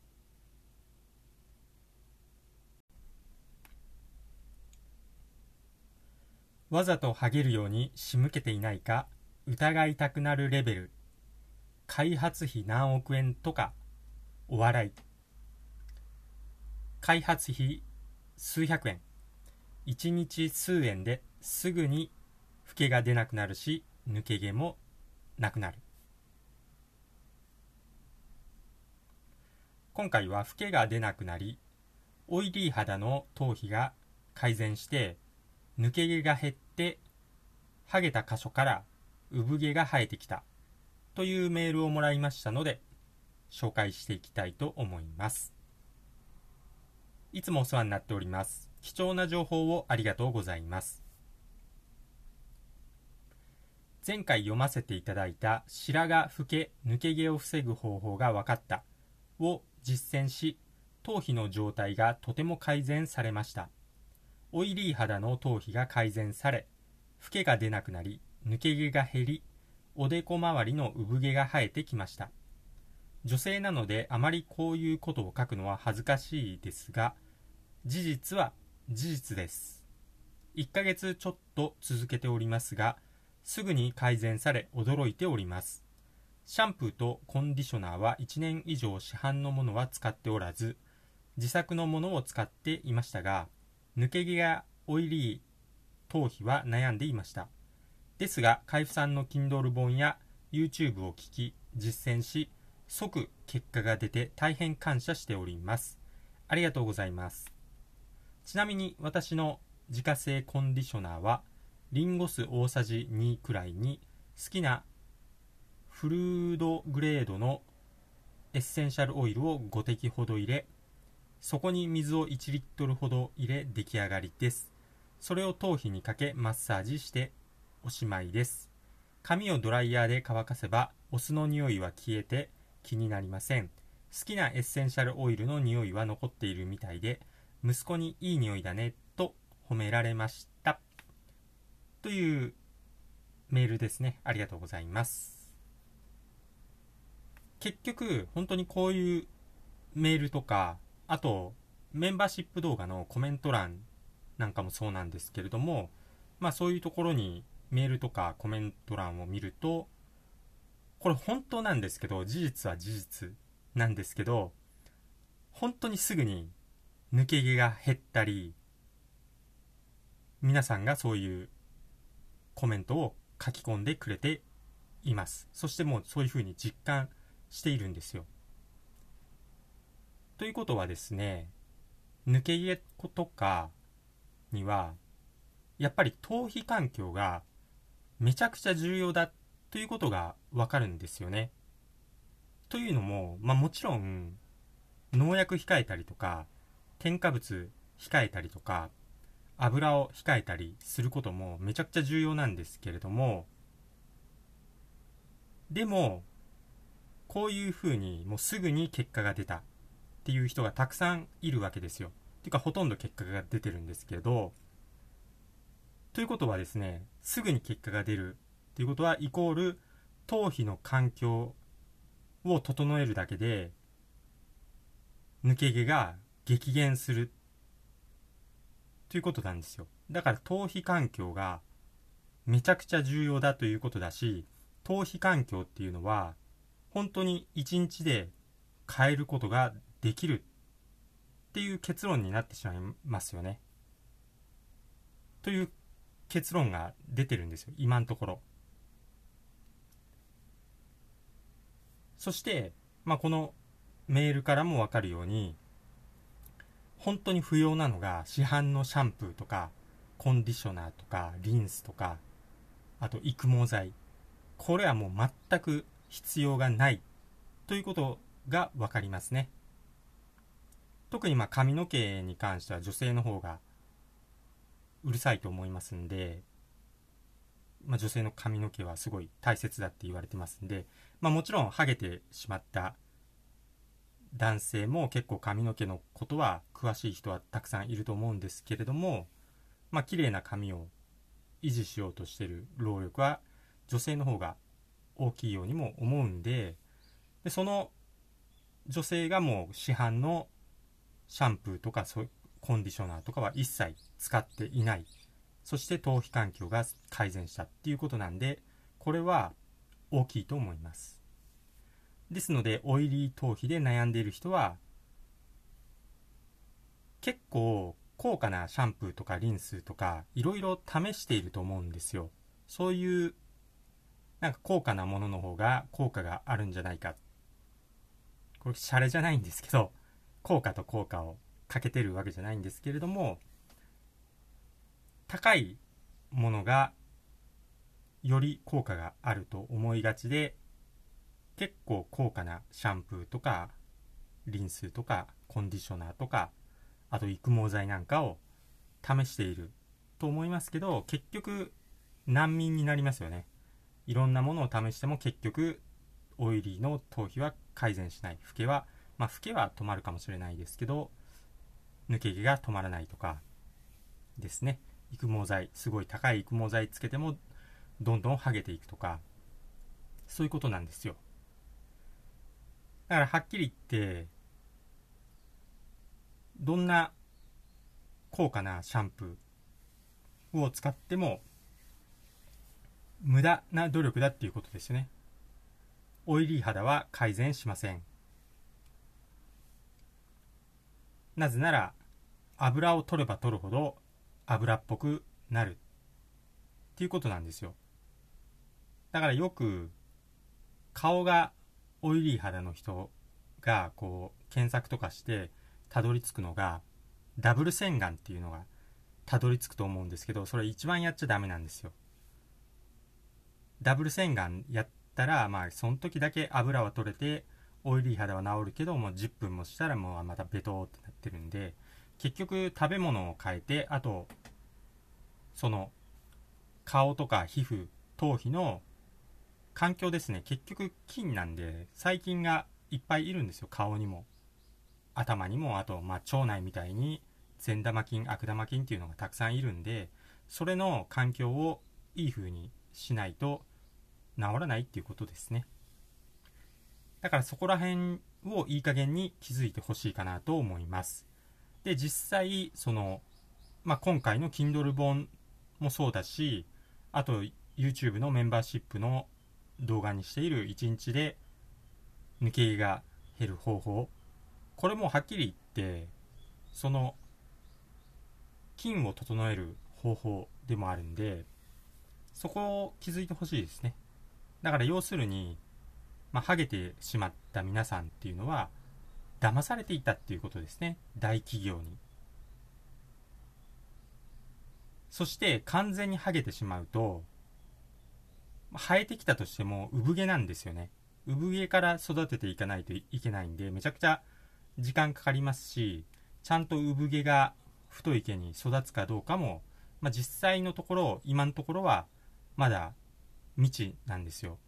わざとハゲるように仕向けていないか疑いたくなるレベル。開発費何億円とかお笑い。開発費数百円。いちにち数円ですぐに老けが出なくなるし、抜け毛もなくなる。今回は老けが出なくなり、オイリー肌の頭皮が改善して抜け毛が減ってハゲた箇所から産毛が生えてきたというメールをもらいましたので紹介していきたいと思います。いつもお世話になっております。貴重な情報をありがとうございます。前回読ませていただいた白髪老け抜け毛を防ぐ方法が分かったを実践し、頭皮の状態がとても改善されました。オイリー肌の頭皮が改善され、老けが出なくなり、抜け毛が減り、おでこ周りの産毛が生えてきました。女性なのであまりこういうことを書くのは恥ずかしいですが、事実は事実です。いっかげつちょっと続けておりますが、すぐに改善され驚いております。シャンプーとコンディショナーはいちねん以上市販のものは使っておらず、自作のものを使っていましたが、抜け毛やオイリー頭皮は悩んでいました。ですが、海部さんの Kindle 本や YouTube を聞き、実践し、即結果が出て大変感謝しております。ありがとうございます。ちなみに私の自家製コンディショナーはリンゴ酢大さじにくらいに好きなフルードグレードのエッセンシャルオイルをごてきほど入れ、そこに水をいちリットルほど入れ出来上がりです。それを頭皮にかけマッサージしておしまいです。髪をドライヤーで乾かせばお酢の匂いは消えて気になりません。好きなエッセンシャルオイルの匂いは残っているみたいで、息子にいい匂いだねと褒められましたというメールですね。ありがとうございます。結局本当にこういうメールとか、あとメンバーシップ動画のコメント欄なんかもそうなんですけれども、まあそういうところにメールとかコメント欄を見ると、これ本当なんですけど、事実は事実なんですけど、本当にすぐに抜け毛が減ったり、皆さんがそういうコメントを書き込んでくれています。そしてもうそういうふうに実感しているんですよ。ということはですね、抜け毛とかにはやっぱり頭皮環境がめちゃくちゃ重要だということがわかるんですよね。というのも、まあ、もちろん農薬控えたりとか添加物控えたりとか油を控えたりすることもめちゃくちゃ重要なんですけれども、でもこういうふうにもうすぐに結果が出たっていう人がたくさんいるわけですよ。ていうかほとんど結果が出てるんですけど、ということはですね、すぐに結果が出るということはイコール頭皮の環境を整えるだけで抜け毛が激減するということなんですよ。だから頭皮環境がめちゃくちゃ重要だということだし、頭皮環境っていうのは本当に一日で変えることができるっていう結論になってしまいますよね。という結論が出てるんですよ、今のところ。そして、まあ、このメールからも分かるように、本当に不要なのが市販のシャンプーとかコンディショナーとかリンスとか、あと育毛剤、これはもう全く必要がないということが分かりますね。特にまあ髪の毛に関しては女性の方がうるさいと思いますんで、まあ、女性の髪の毛はすごい大切だって言われてますんで、まあ、もちろんハゲてしまった男性も結構髪の毛のことは詳しい人はたくさんいると思うんですけれども、まあ綺麗な髪を維持しようとしている労力は女性の方が大きいようにも思うんで、でその女性がもう市販のシャンプーとかそうコンディショナーとかは一切使っていない、そして頭皮環境が改善したっていうことなんで、これは大きいと思います。ですのでオイリー頭皮で悩んでいる人は結構高価なシャンプーとかリンスとかいろいろ試していると思うんですよ。そういうなんか高価なものの方が効果があるんじゃないか、これシャレじゃないんですけど、効果と効果をかけてるわけじゃないんですけれども、高いものがより効果があると思いがちで、結構高価なシャンプーとかリンスとかコンディショナーとか、あと育毛剤なんかを試していると思いますけど、結局難民になりますよね。いろんなものを試しても結局オイリーの頭皮は改善しない、フケはまあフケは止まるかもしれないですけど抜け毛が止まらないとかですね。育毛剤、すごい高い育毛剤つけてもどんどん剥げていくとか、そういうことなんですよ。だからはっきり言ってどんな高価なシャンプーを使っても無駄な努力だっていうことですよね。オイリー肌は改善しません。なぜなら油を取れば取るほど油っぽくなるっていうことなんですよ。だからよく顔がオイリー肌の人がこう検索とかしてたどり着くのがダブル洗顔っていうのがたどり着くと思うんですけど、それ一番やっちゃダメなんですよ。ダブル洗顔やったらまあその時だけ油は取れてオイリー肌は治るけど、もうじゅっぷんもしたらもうまたベトーってなってるんで、結局食べ物を変えて、あとその顔とか皮膚頭皮の環境ですね。結局菌なんで細菌がいっぱいいるんですよ。顔にも頭にも、あとまあ腸内みたいに善玉菌悪玉菌っていうのがたくさんいるんで、それの環境をいい風にしないと治らないっていうことですね。だからそこら辺をいい加減に気づいてほしいかなと思います。で実際その、まあ、今回の Kindle 本もそうだし、あと YouTube のメンバーシップの動画にしているいちにちで抜け毛が減る方法、これもはっきり言ってその菌を整える方法でもあるんで、そこを気づいてほしいですね。だから要するに、まあ、ハゲてしまった皆さんっていうのは騙されていたっていうことですね。大企業に。 そして完全に剥げてしまうと、生えてきたとしても産毛なんですよね。産毛から育てていかないといけないんで、めちゃくちゃ時間かかりますし、ちゃんと産毛が太い毛に育つかどうかも、まあ、実際のところ今のところはまだ未知なんですよ。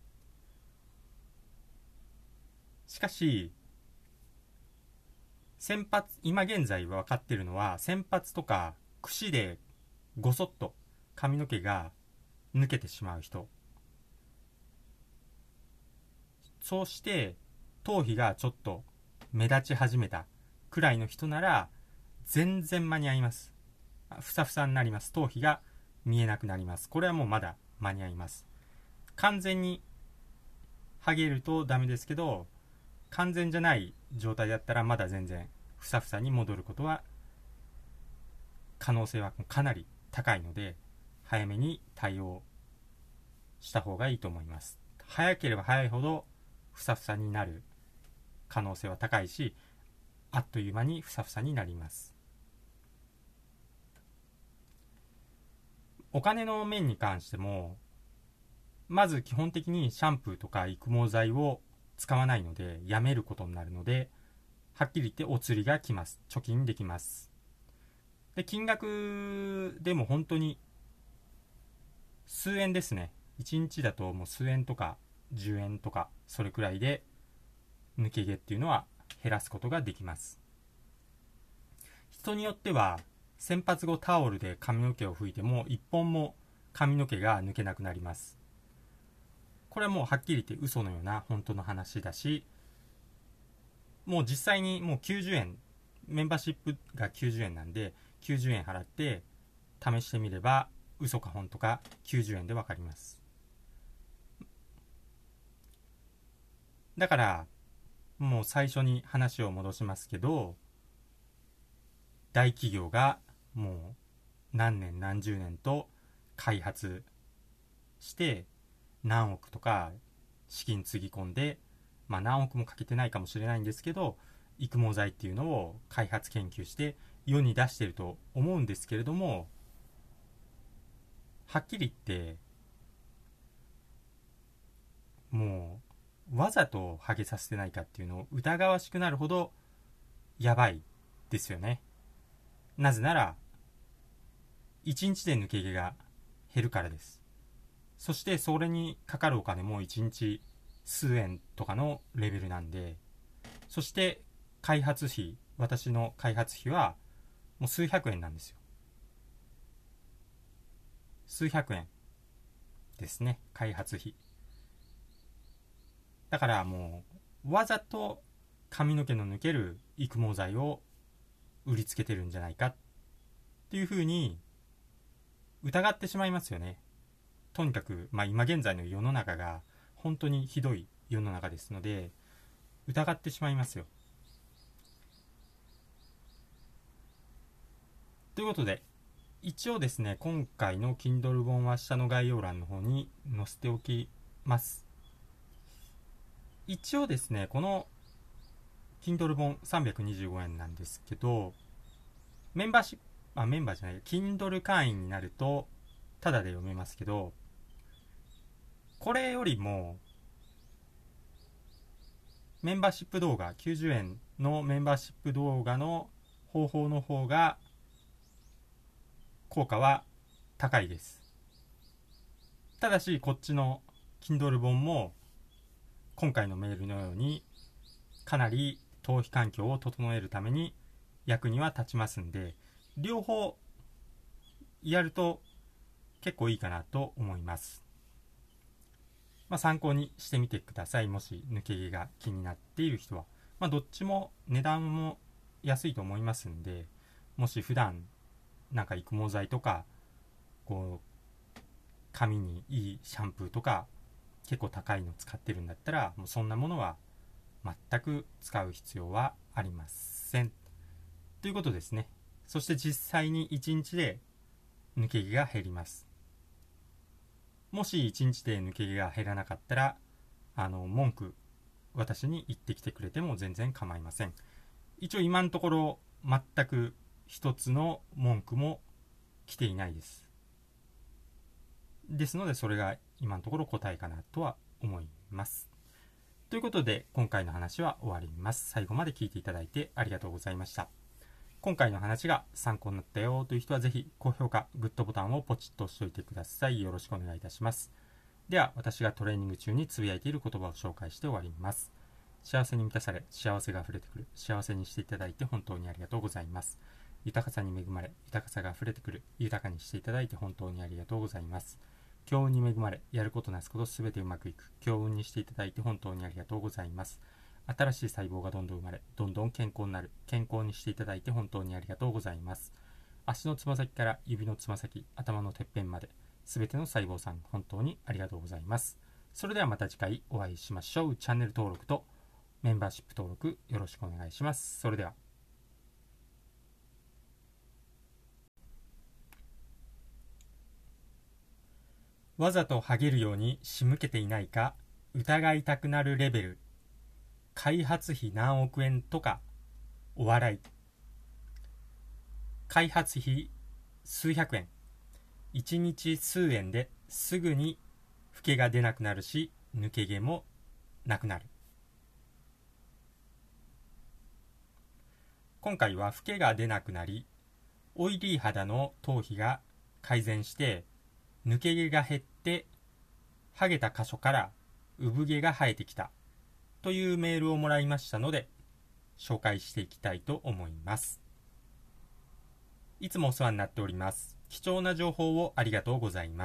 しかし先発、今現在分かっているのは、先発とか櫛でごそっと髪の毛が抜けてしまう人、そうして頭皮がちょっと目立ち始めたくらいの人なら全然間に合います。ふさふさになります。頭皮が見えなくなります。これはもうまだ間に合います。完全に剥げるとダメですけど、完全じゃない状態だったらまだ全然ふさふさに戻ることは可能性はかなり高いので、早めに対応した方がいいと思います。早ければ早いほどふさふさになる可能性は高いし、あっという間にふさふさになります。お金の面に関しても、まず基本的にシャンプーとか育毛剤を使わないのでやめることになるので、はっきり言ってお釣りがきます。貯金できます。で、金額でも本当に数円ですね。いちにちだともう数円とかじゅうえんとか、それくらいで抜け毛っていうのは減らすことができます。人によっては洗髪後タオルで髪の毛を拭いても一本も髪の毛が抜けなくなります。これはもうはっきり言って嘘のような本当の話だし、もう実際にもうきゅうじゅうえん、メンバーシップがきゅうじゅうえんなんできゅうじゅうえん払って試してみれば嘘か本当かきゅうじゅうえんでわかります。だからもう最初に話を戻しますけど、大企業がもう何年何十年と開発して何億とか資金つぎ込んで、まあ何億もかけてないかもしれないんですけど、育毛剤っていうのを開発研究して世に出していると思うんですけれども、はっきり言ってもうわざとハゲさせてないかっていうのを疑わしくなるほどやばいですよね。なぜならいちにちで抜け毛が減るからです。そしてそれにかかるお金もいちにち数円とかのレベルなんで、そして開発費、私の開発費はもう数百円なんですよ。数百円ですね、開発費。だからもうわざと髪の毛の抜ける育毛剤を売りつけてるんじゃないかっていうふうに疑ってしまいますよね。とにかく、まあ、今現在の世の中が本当にひどい世の中ですので疑ってしまいますよ。ということで一応ですね、今回の Kindle 本は下の概要欄の方に載せておきます。一応ですね、この Kindle 本さんびゃくにじゅうごえんなんですけど、メンバーシップ、あ、メンバーじゃない、Kindle 会員になるとタダで読めますけど、これよりもメンバーシップ動画、きゅうじゅうえんのメンバーシップ動画の方法の方が効果は高いです。ただしこっちの Kindle 本も今回のメールのようにかなり頭皮環境を整えるために役には立ちますんで、両方やると結構いいかなと思います。まあ、参考にしてみてください。もし抜け毛が気になっている人は、まあ、どっちも値段も安いと思いますんで、もし普段なんか育毛剤とかこう髪にいいシャンプーとか結構高いの使ってるんだったら、もうそんなものは全く使う必要はありませんということですね。そして実際にいちにちで抜け毛が減ります。もしいちにちで抜け毛が減らなかったら、あの文句私に言ってきてくれても全然構いません。一応今のところ全く一つの文句も来ていないです。ですのでそれが今のところ答えかなとは思います。ということで今回の話は終わります。最後まで聞いていただいてありがとうございました。今回の話が参考になったよという人はぜひ高評価、グッドボタンをポチッと押しておいてください。よろしくお願いいたします。では私がトレーニング中につぶやいている言葉を紹介して終わります。幸せに満たされ、幸せが溢れてくる。幸せにしていただいて本当にありがとうございます。豊かさに恵まれ、豊かさが溢れてくる。豊かにしていただいて本当にありがとうございます。強運に恵まれ、やることなすことすべてうまくいく。強運にしていただいて本当にありがとうございます。新しい細胞がどんどん生まれ、どんどん健康になる。健康にしていただいて本当にありがとうございます。足のつま先から指のつま先、頭のてっぺんまで、すべての細胞さん、本当にありがとうございます。それではまた次回お会いしましょう。チャンネル登録とメンバーシップ登録よろしくお願いします。それでは。わざとハゲるように仕向けていないか疑いたくなるレベル。開発費何億円とかお笑い。開発費数百円。一日数円ですぐに老けが出なくなるし抜け毛もなくなる。今回は老けが出なくなりオイリー肌の頭皮が改善して抜け毛が減ってハゲた箇所から産毛が生えてきたというメールをもらいましたので紹介していきたいと思います。いつもお世話になっております。貴重な情報をありがとうございます。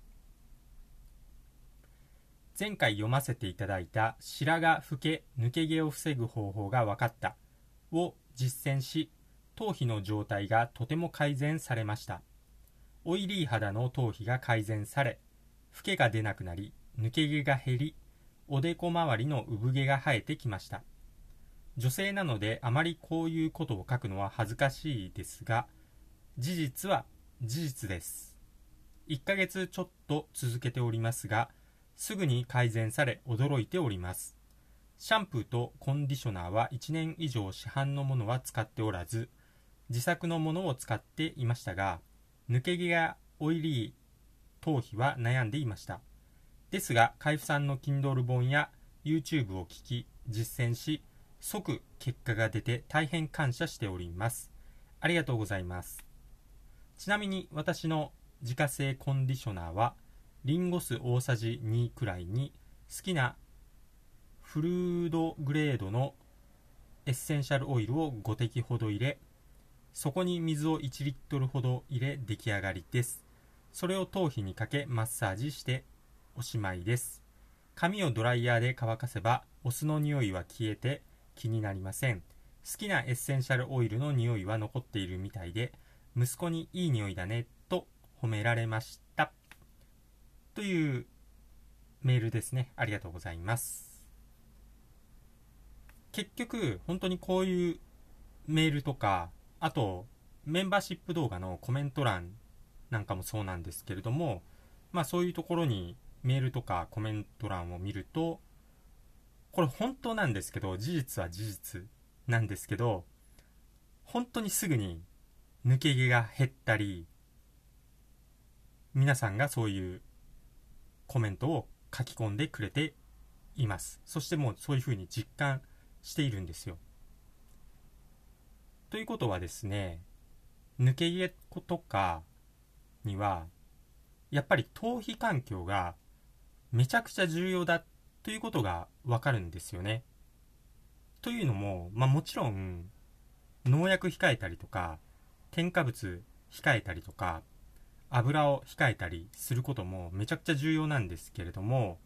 前回読ませていただいた白髪老け抜け毛を防ぐ方法が分かったを実践し頭皮の状態がとても改善されました。オイリー肌の頭皮が改善され老けが出なくなり抜け毛が減りおでこ周りの産毛が生えてきました。女性なのであまりこういうことを書くのは恥ずかしいですが事実は事実です。いっかげつちょっと続けておりますがすぐに改善され驚いております。シャンプーとコンディショナーはいちねん以上市販のものは使っておらず自作のものを使っていましたが抜け毛やオイリー頭皮は悩んでいました。ですが海部さんの Kindle 本や YouTube を聞き実践し即結果が出て大変感謝しております。ありがとうございます。ちなみに私の自家製コンディショナーはリンゴ酢大さじにくらいに好きなフルードグレードのエッセンシャルオイルをご滴ほど入れそこに水をいちリットルほど入れ出来上がりです。それを頭皮にかけマッサージしておしまいです。髪をドライヤーで乾かせばお酢の匂いは消えて気になりません。好きなエッセンシャルオイルの匂いは残っているみたいで息子にいい匂いだねと褒められましたというメールですね。ありがとうございます。結局本当にこういうメールとかあとメンバーシップ動画のコメント欄なんかもそうなんですけれどもまあそういうところにメールとかコメント欄を見るとこれ本当なんですけど事実は事実なんですけど本当にすぐに抜け毛が減ったり皆さんがそういうコメントを書き込んでくれています。そしてもうそういうふうに実感しているんですよ。ということはですね抜け毛とかにはやっぱり頭皮環境がめちゃくちゃ重要だということがわかるんですよね。というのも、まあ、もちろん農薬控えたりとか添加物控えたりとか油を控えたりすることもめちゃくちゃ重要なんですけれども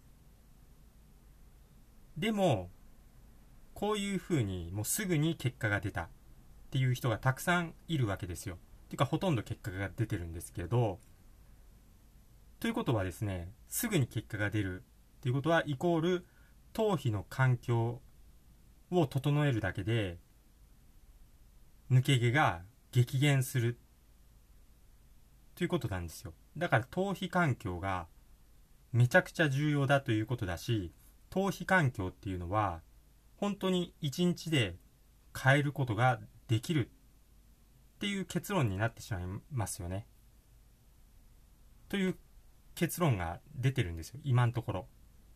でもこういうふうにもうすぐに結果が出たっていう人がたくさんいるわけですよ。ていうかほとんど結果が出てるんですけどということはですねすぐに結果が出るということはイコール頭皮の環境を整えるだけで抜け毛が激減するということなんですよ。だから頭皮環境がめちゃくちゃ重要だということだし頭皮環境っていうのは本当に一日で変えることができるっていう結論になってしまいますよね。 という結論が出てるんですよ、今のところ。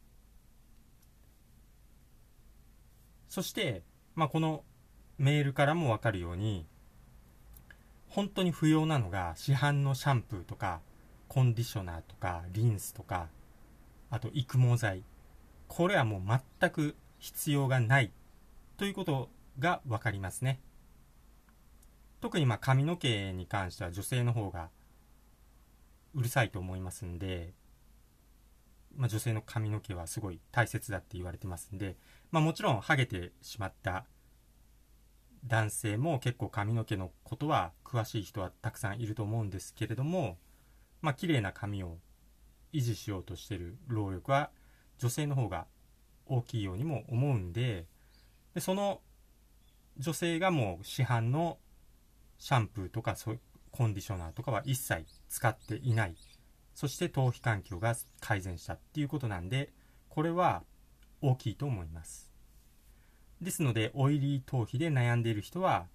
そして、まあ、このメールからも分かるように、本当に不要なのが市販のシャンプーとかコンディショナーとかリンスとか、あと育毛剤、これはもう全く必要がないということが分かりますね。特にまあ髪の毛に関しては女性の方がうるさいと思いますんで、まあ、女性の髪の毛はすごい大切だって言われてますんで、まあ、もちろんハゲてしまった男性も結構髪の毛のことは詳しい人はたくさんいると思うんですけれども、まあ綺麗な髪を維持しようとしている労力は女性の方が大きいようにも思うんで、でその女性がもう市販のシャンプーとかコンディショナーとかは一切使っていない、そして頭皮環境が改善したっていうことなんで、これは大きいと思います。ですのでオイリー頭皮で悩んでいる人は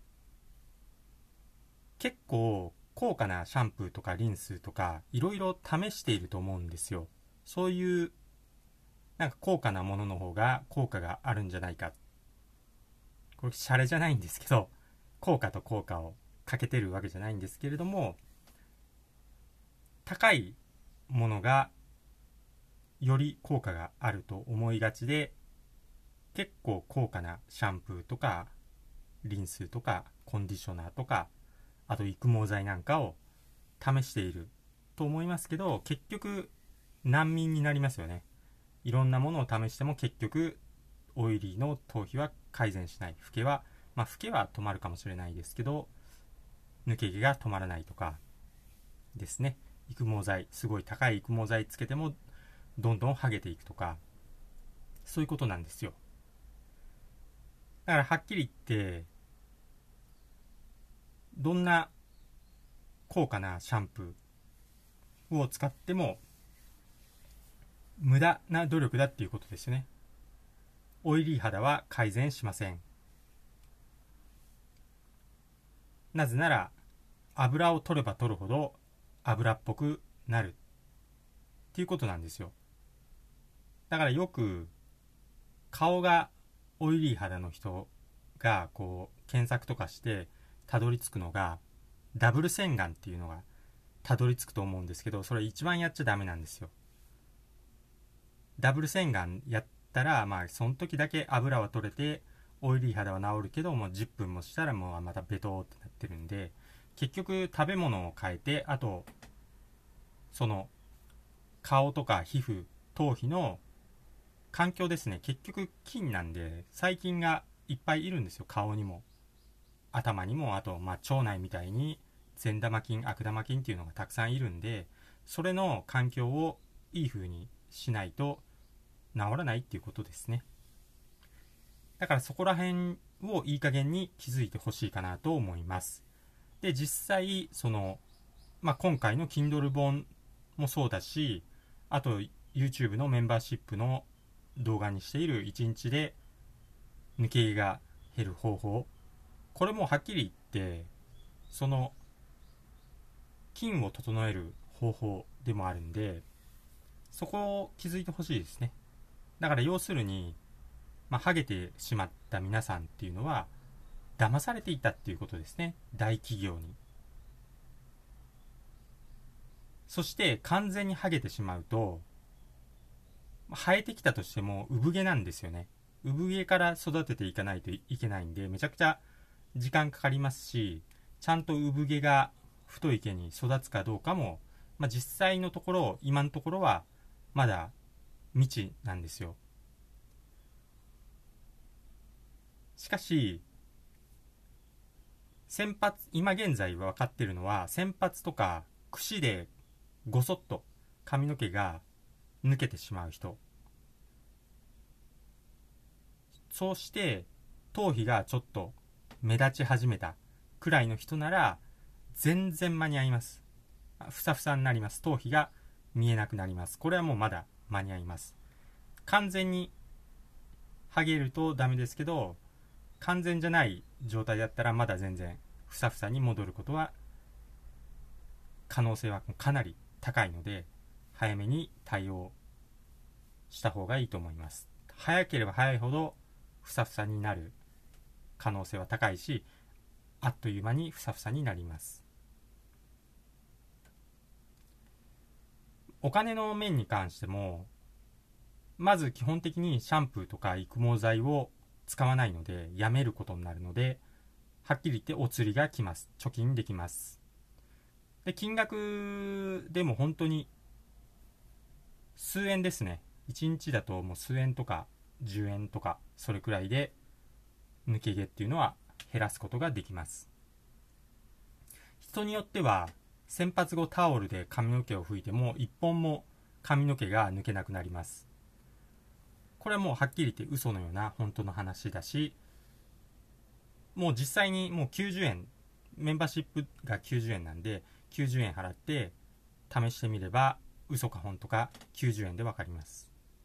結構高価なシャンプーとかリンスとかいろいろ試していると思うんですよ。そういうなんか高価なものの方が効果があるんじゃないか、これシャレじゃないんですけど、効果と効果をかけてるわけじゃないんですけれども、高いものがより効果があると思いがちで、結構高価なシャンプーとかリンスとかコンディショナーとか、あと育毛剤なんかを試していると思いますけど、結局難民になりますよね。いろんなものを試しても結局オイリーの頭皮は改善しない、フケはまあフケは止まるかもしれないですけど抜け毛が止まらないとかですね。育毛剤、すごい高い育毛剤つけてもどんどん剥げていくとか、そういうことなんですよ。だからはっきり言ってどんな高価なシャンプーを使っても無駄な努力だっていうことですよね。オイリー肌は改善しません。なぜなら油を取れば取るほど油っぽくなるっていうことなんですよ。だからよく顔がオイリー肌の人がこう検索とかしてたどり着くのがダブル洗顔っていうのがたどり着くと思うんですけど、それ一番やっちゃダメなんですよ。ダブル洗顔やったらまあその時だけ油は取れてオイリー肌は治るけど、もうじゅっぷんもしたらもうまたベトーってなってるんで、結局食べ物を変えて、あとその顔とか皮膚、頭皮の環境ですね。結局菌なんで細菌がいっぱいいるんですよ。顔にも頭にも、あとまあ腸内みたいに善玉菌、悪玉菌っていうのがたくさんいるんで、それの環境をいい風にしないと治らないっていうことですね。だからそこら辺をいい加減に気づいてほしいかなと思います。で実際その、まあ、今回の Kindle 本もそうだし、あと YouTube のメンバーシップの動画にしているいちにちで抜け毛が減る方法、これもはっきり言ってその菌を整える方法でもあるんで、そこを気づいてほしいですね。だから要するに、まあ、ハゲてしまった皆さんっていうのは騙されていたっていうことですね。大企業に。そして完全にハゲてしまうと、生えてきたとしても産毛なんですよね。産毛から育てていかないといけないんで、めちゃくちゃ時間かかりますし、ちゃんと産毛が太い毛に育つかどうかも、まあ、実際のところ今のところはまだ未知なんですよ。しかし洗髪、今現在分かっているのは、洗髪とか櫛でごそっと髪の毛が抜けてしまう人、そうして頭皮がちょっと目立ち始めたくらいの人なら全然間に合います。ふさふさになります。頭皮が見えなくなります。これはもうまだ間に合います。完全にハゲるとダメですけど、完全じゃない状態だったらまだ全然ふさふさに戻ることは可能性はかなり高いので、早めに対応した方がいいと思います。早ければ早いほどふさふさになる可能性は高いし、あっという間にふさふさになります。お金の面に関しても、まず基本的にシャンプーとか育毛剤を使わないのでやめることになるので、はっきり言ってお釣りがきます。貯金できます。で、金額でも本当に数円ですね。いちにちだともう数円とかじゅうえんとかそれくらいで抜け毛っていうのは減らすことができます。人によっては洗髪後タオルで髪の毛を拭いてもいっぽんも髪の毛が抜けなくなります。これはもうはっきり言って嘘のような本当の話だし、もう実際にもうきゅうじゅうえん、メンバーシップがきゅうじゅうえんなんできゅうじゅうえん払って試してみれば嘘か本当かきゅうじゅうえんでわかります。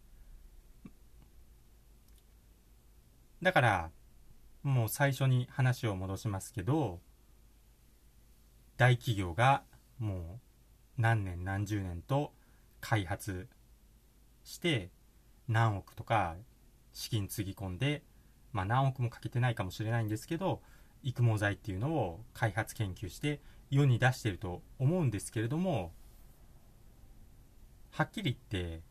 だからもう最初に話を戻しますけど、大企業がもう何年何十年と開発して何億とか資金つぎ込んで、まあ何億もかけてないかもしれないんですけど、育毛剤っていうのを開発研究して世に出していると思うんですけれども、はっきり言って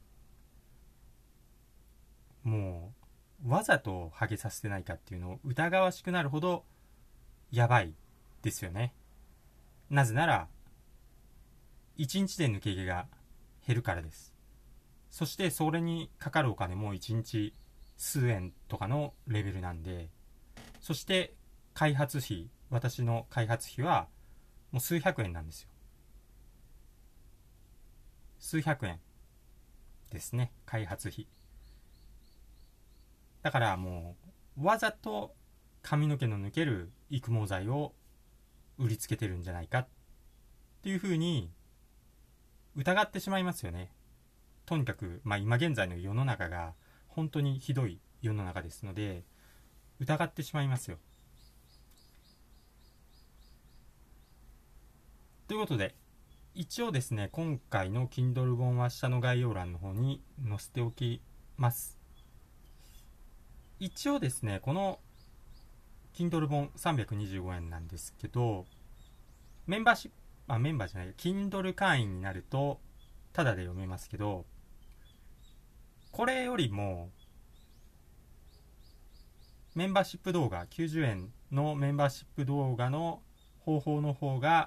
もうわざとハゲさせてないかっていうのを疑わしくなるほどやばいですよね。なぜならいちにちで抜け毛が減るからです。そしてそれにかかるお金もいちにち数円とかのレベルなんで、そして開発費、私の開発費はもう数百円なんですよ。数百円ですね、開発費。だからもうわざと髪の毛の抜ける育毛剤を売りつけてるんじゃないかっていうふうに疑ってしまいますよね。とにかく、まあ、今現在の世の中が本当にひどい世の中ですので疑ってしまいますよ。ということで一応ですね、今回の Kindle 本は下の概要欄の方に載せておきます。一応ですね、この Kindle 本さんびゃくにじゅうごえんなんですけど、メンバーシップ、あ、メンバーじゃない、Kindle 会員になるとタダで読めますけど、これよりもメンバーシップ動画、きゅうじゅうえんのメンバーシップ動画の方法の方が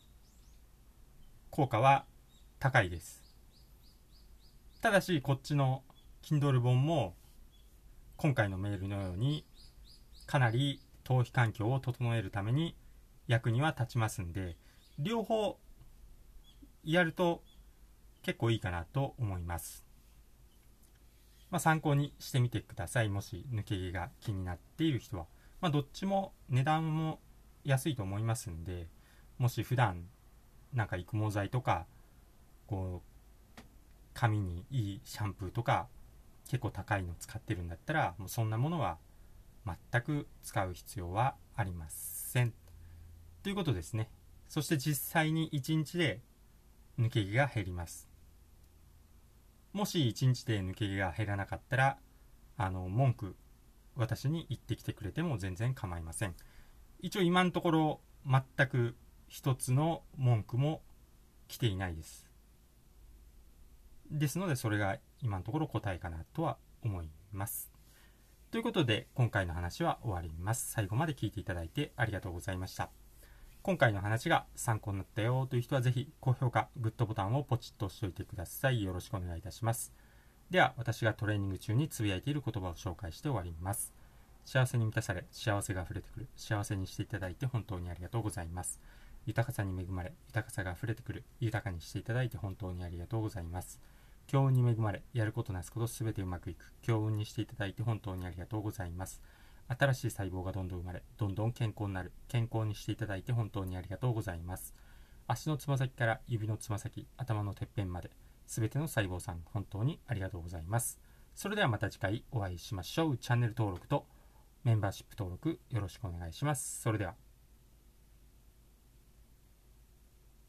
効果は高いです。ただしこっちの Kindle 本も今回のメールのようにかなり頭皮環境を整えるために役には立ちますんで、両方やると結構いいかなと思います。まあ、参考にしてみてください。もし抜け毛が気になっている人は、まあ、どっちも値段も安いと思いますんで、もし普段なんか育毛剤とかこう髪にいいシャンプーとか結構高いの使ってるんだったら、もうそんなものは全く使う必要はありませんということですね。そして実際にいちにちで抜け毛が減ります。もしいちにちで抜け毛が減らなかったら、あの文句私に言ってきてくれても全然構いません。一応今のところ全く一つの文句も来ていないです。ですのでそれが今のところ答えかなとは思います。ということで今回の話は終わります。最後まで聞いていただいてありがとうございました。今回の話が参考になったよという人はぜひ高評価、グッドボタンをポチッと押しておいてください。よろしくお願いいたします。では私がトレーニング中につぶやいている言葉を紹介して終わります。幸せに満たされ、幸せが溢れてくる。幸せにしていただいて本当にありがとうございます。豊かさに恵まれ、豊かさが溢れてくる。豊かにしていただいて本当にありがとうございます。強運に恵まれ、やることなすことすべてうまくいく。強運にしていただいて本当にありがとうございます。新しい細胞がどんどん生まれ、どんどん健康になる。健康にしていただいて本当にありがとうございます。足のつま先から指のつま先、頭のてっぺんまで、すべての細胞さん本当にありがとうございます。それではまた次回お会いしましょう。チャンネル登録とメンバーシップ登録よろしくお願いします。それでは。